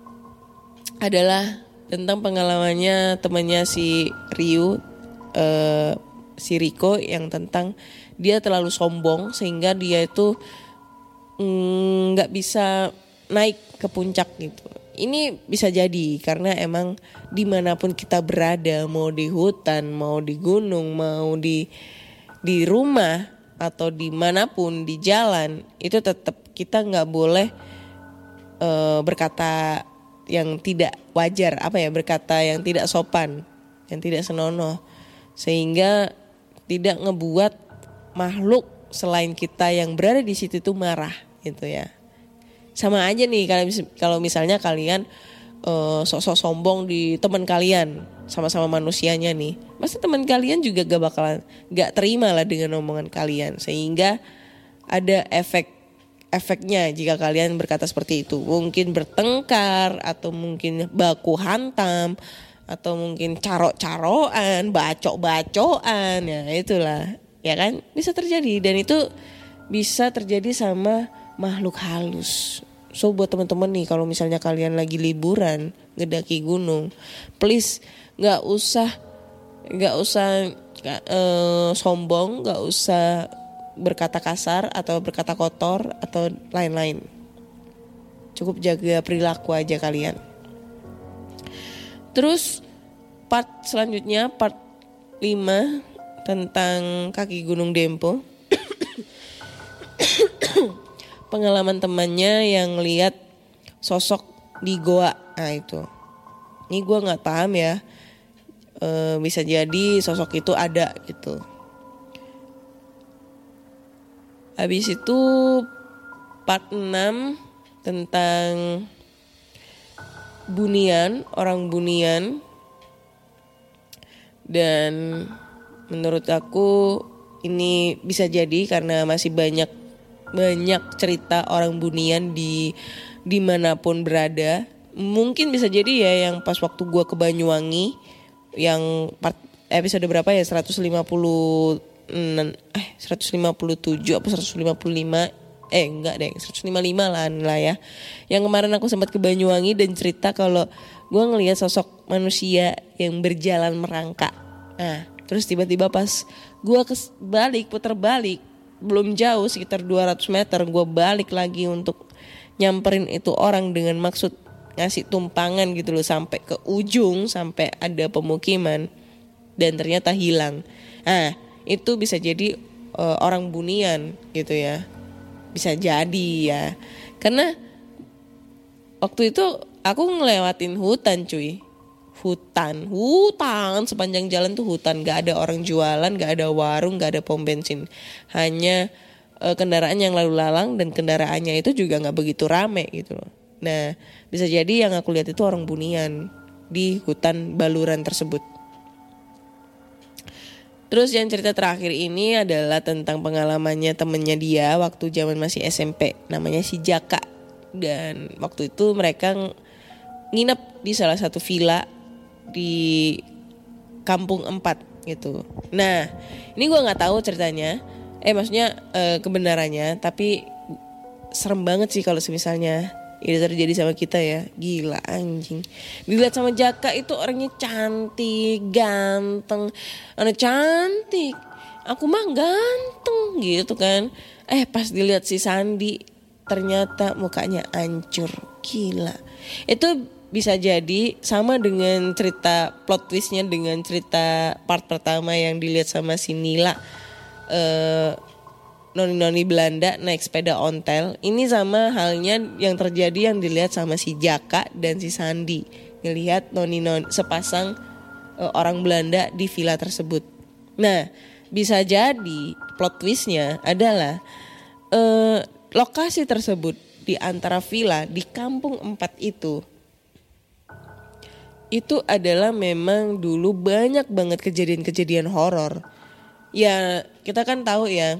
adalah tentang pengalamannya temannya si Ryu, uh, si Riko, yang tentang dia terlalu sombong sehingga dia itu nggak mm, bisa naik ke puncak gitu. Ini bisa jadi karena emang dimanapun kita berada, mau di hutan, mau di gunung, mau di di rumah atau dimanapun di jalan, itu tetap kita nggak boleh uh, berkata yang tidak wajar, apa ya, berkata yang tidak sopan, yang tidak senonoh, sehingga tidak ngebuat makhluk selain kita yang berada di situ itu marah gitu ya. Sama aja nih kalau misalnya kalian uh, sok-sok sombong di teman kalian, sama-sama manusianya nih, pasti teman kalian juga gak bakalan gak terima lah dengan omongan kalian, sehingga ada efek efeknya jika kalian berkata seperti itu. Mungkin bertengkar, atau mungkin baku hantam, atau mungkin caro-caroan, bacok-bacoan, ya itulah, ya kan, bisa terjadi. Dan itu bisa terjadi sama makhluk halus. So buat teman-teman nih, kalau misalnya kalian lagi liburan ngedaki gunung, please nggak usah nggak usah uh, sombong, nggak usah berkata kasar atau berkata kotor atau lain-lain. Cukup jaga perilaku aja kalian. Terus part selanjutnya, part lima, tentang kaki Gunung Dempo. Pengalaman temannya yang lihat sosok di goa. Nah itu, ini gue nggak paham ya. E, bisa jadi sosok itu ada gitu. Habis itu part enam tentang bunian, orang bunian. Dan menurut aku ini bisa jadi karena masih banyak banyak cerita orang bunian di dimanapun berada. Mungkin bisa jadi ya yang pas waktu gue ke Banyuwangi, yang part, episode berapa ya, seratus lima puluh eh seratus lima puluh tujuh apa seratus lima puluh lima, eh enggak deh, seratus lima puluh lima lah, lah ya. Yang kemarin aku sempat ke Banyuwangi dan cerita kalau gue ngelihat sosok manusia yang berjalan merangkak. Nah terus tiba-tiba pas gue balik, putar balik, belum jauh, sekitar dua ratus meter, gue balik lagi untuk nyamperin itu orang dengan maksud ngasih tumpangan gitu loh, sampai ke ujung, sampai ada pemukiman, dan ternyata hilang. Nah itu bisa jadi uh, orang bunian gitu ya, bisa jadi ya, karena waktu itu aku ngelewatin hutan cuy, hutan, hutan sepanjang jalan tuh hutan, gak ada orang jualan, gak ada warung, gak ada pom bensin, hanya uh, kendaraan yang lalu lalang, dan kendaraannya itu juga gak begitu rame gitu loh. Nah bisa jadi yang aku lihat itu orang bunian di hutan baluran tersebut. Terus yang cerita terakhir ini adalah tentang pengalamannya temennya dia waktu zaman masih S M P, namanya si Jaka. Dan waktu itu mereka nginep di salah satu villa di Kampung Empat gitu. Nah ini gue nggak tahu ceritanya, eh maksudnya eh, kebenarannya, tapi serem banget sih kalau misalnya ini terjadi sama kita ya. Gila anjing. Dilihat sama Jaka itu orangnya cantik, ganteng, anak cantik, aku mah ganteng gitu kan. Eh pas dilihat si Sandi, ternyata mukanya hancur. Gila. Itu bisa jadi sama dengan cerita plot twistnya dengan cerita part pertama yang dilihat sama si Nila. Uh, noni-noni Belanda naik sepeda ontel. Ini sama halnya yang terjadi yang dilihat sama si Jaka dan si Sandi. Ngelihat noni-noni sepasang uh, orang Belanda di villa tersebut. Nah, bisa jadi plot twistnya adalah uh, lokasi tersebut di antara villa di Kampung Empat itu itu adalah memang dulu banyak banget kejadian-kejadian horor. Ya kita kan tahu ya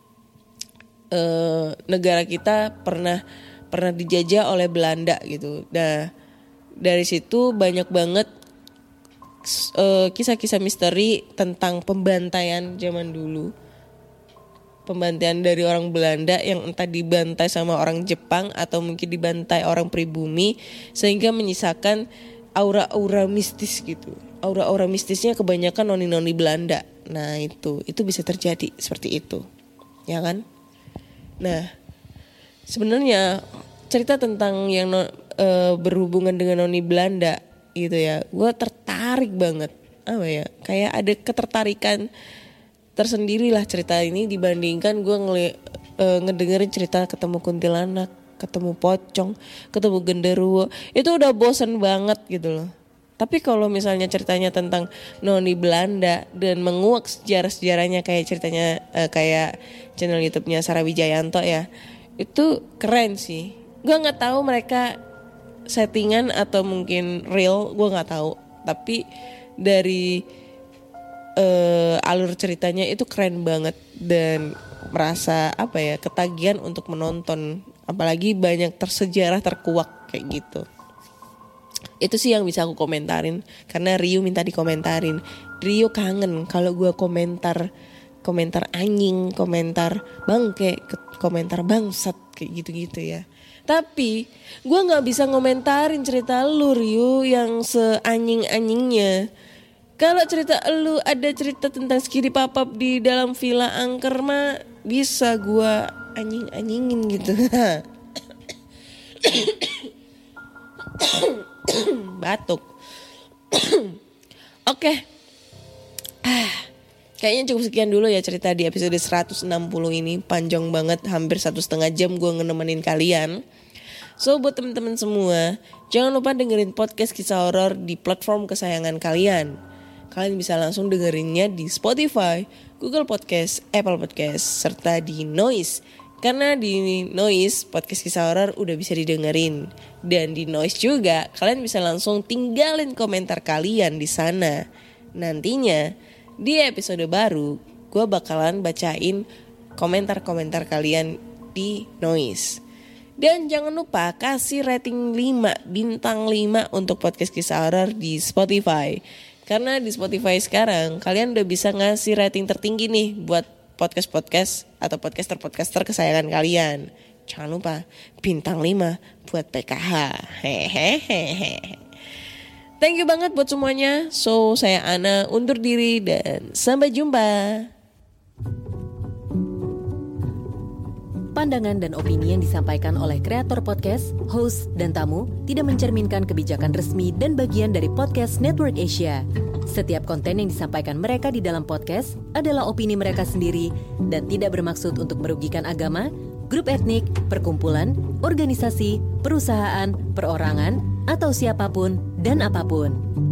eh, negara kita pernah pernah dijajah oleh Belanda gitu. Nah dari situ banyak banget eh, kisah-kisah misteri tentang pembantaian zaman dulu. Pembantaian dari orang Belanda yang entah dibantai sama orang Jepang atau mungkin dibantai orang pribumi sehingga menyisakan aura-aura mistis gitu. Aura-aura mistisnya kebanyakan noni-noni Belanda. Nah itu, itu bisa terjadi seperti itu, ya kan? Nah sebenarnya cerita tentang yang no, e, berhubungan dengan noni Belanda gitu ya, gue tertarik banget. Apa ya? Kayak ada ketertarikan tersendiri lah cerita ini dibandingkan gue ngeli, e, ngedengerin cerita ketemu kuntilanak, ketemu pocong, ketemu genderuwo, itu udah bosen banget gitu loh. Tapi kalau misalnya ceritanya tentang noni Belanda dan menguak sejarah-sejarahnya kayak ceritanya uh, kayak channel YouTube-nya Sarah Wijayanto ya, itu keren sih. Gue nggak tahu mereka settingan atau mungkin real, gue nggak tahu. Tapi dari uh, alur ceritanya itu keren banget dan merasa apa ya ketagihan untuk menonton. Apalagi banyak tersejarah terkuak kayak gitu. Itu sih yang bisa aku komentarin. Karena Rio minta dikomentarin. Rio kangen kalau gue komentar komentar anjing, komentar bangke, komentar bangsat kayak gitu-gitu ya. Tapi gue nggak bisa ngomentarin cerita lu Rio yang seanjing-anjingnya. Kalau cerita lu ada cerita tentang skidi papap di dalam villa angker mah bisa gue anjing-anjingin gitu. Batuk. Oke. ah, Kayaknya cukup sekian dulu ya cerita di episode seratus enam puluh ini. Panjang banget, hampir satu setengah jam gue ngenemenin kalian. So buat teman-teman semua, jangan lupa dengerin podcast kisah horor di platform kesayangan kalian. Kalian bisa langsung dengerinnya di Spotify, Google Podcast, Apple Podcast, serta di Noise. Karena di Noise, podcast kisah horor udah bisa didengerin. Dan di Noise juga, kalian bisa langsung tinggalin komentar kalian di sana. Nantinya, di episode baru, gue bakalan bacain komentar-komentar kalian di Noise. Dan jangan lupa kasih rating lima, bintang lima untuk podcast kisah horor di Spotify. Karena di Spotify sekarang kalian udah bisa ngasih rating tertinggi nih buat podcast-podcast atau podcaster-podcaster kesayangan kalian. Jangan lupa bintang lima buat P K H. Hehehe. Thank you banget buat semuanya. So saya Ana undur diri dan sampai jumpa. Pandangan dan opini yang disampaikan oleh kreator podcast, host, dan tamu tidak mencerminkan kebijakan resmi dan bagian dari Podcast Network Asia. Setiap konten yang disampaikan mereka di dalam podcast adalah opini mereka sendiri dan tidak bermaksud untuk merugikan agama, grup etnik, perkumpulan, organisasi, perusahaan, perorangan, atau siapapun dan apapun.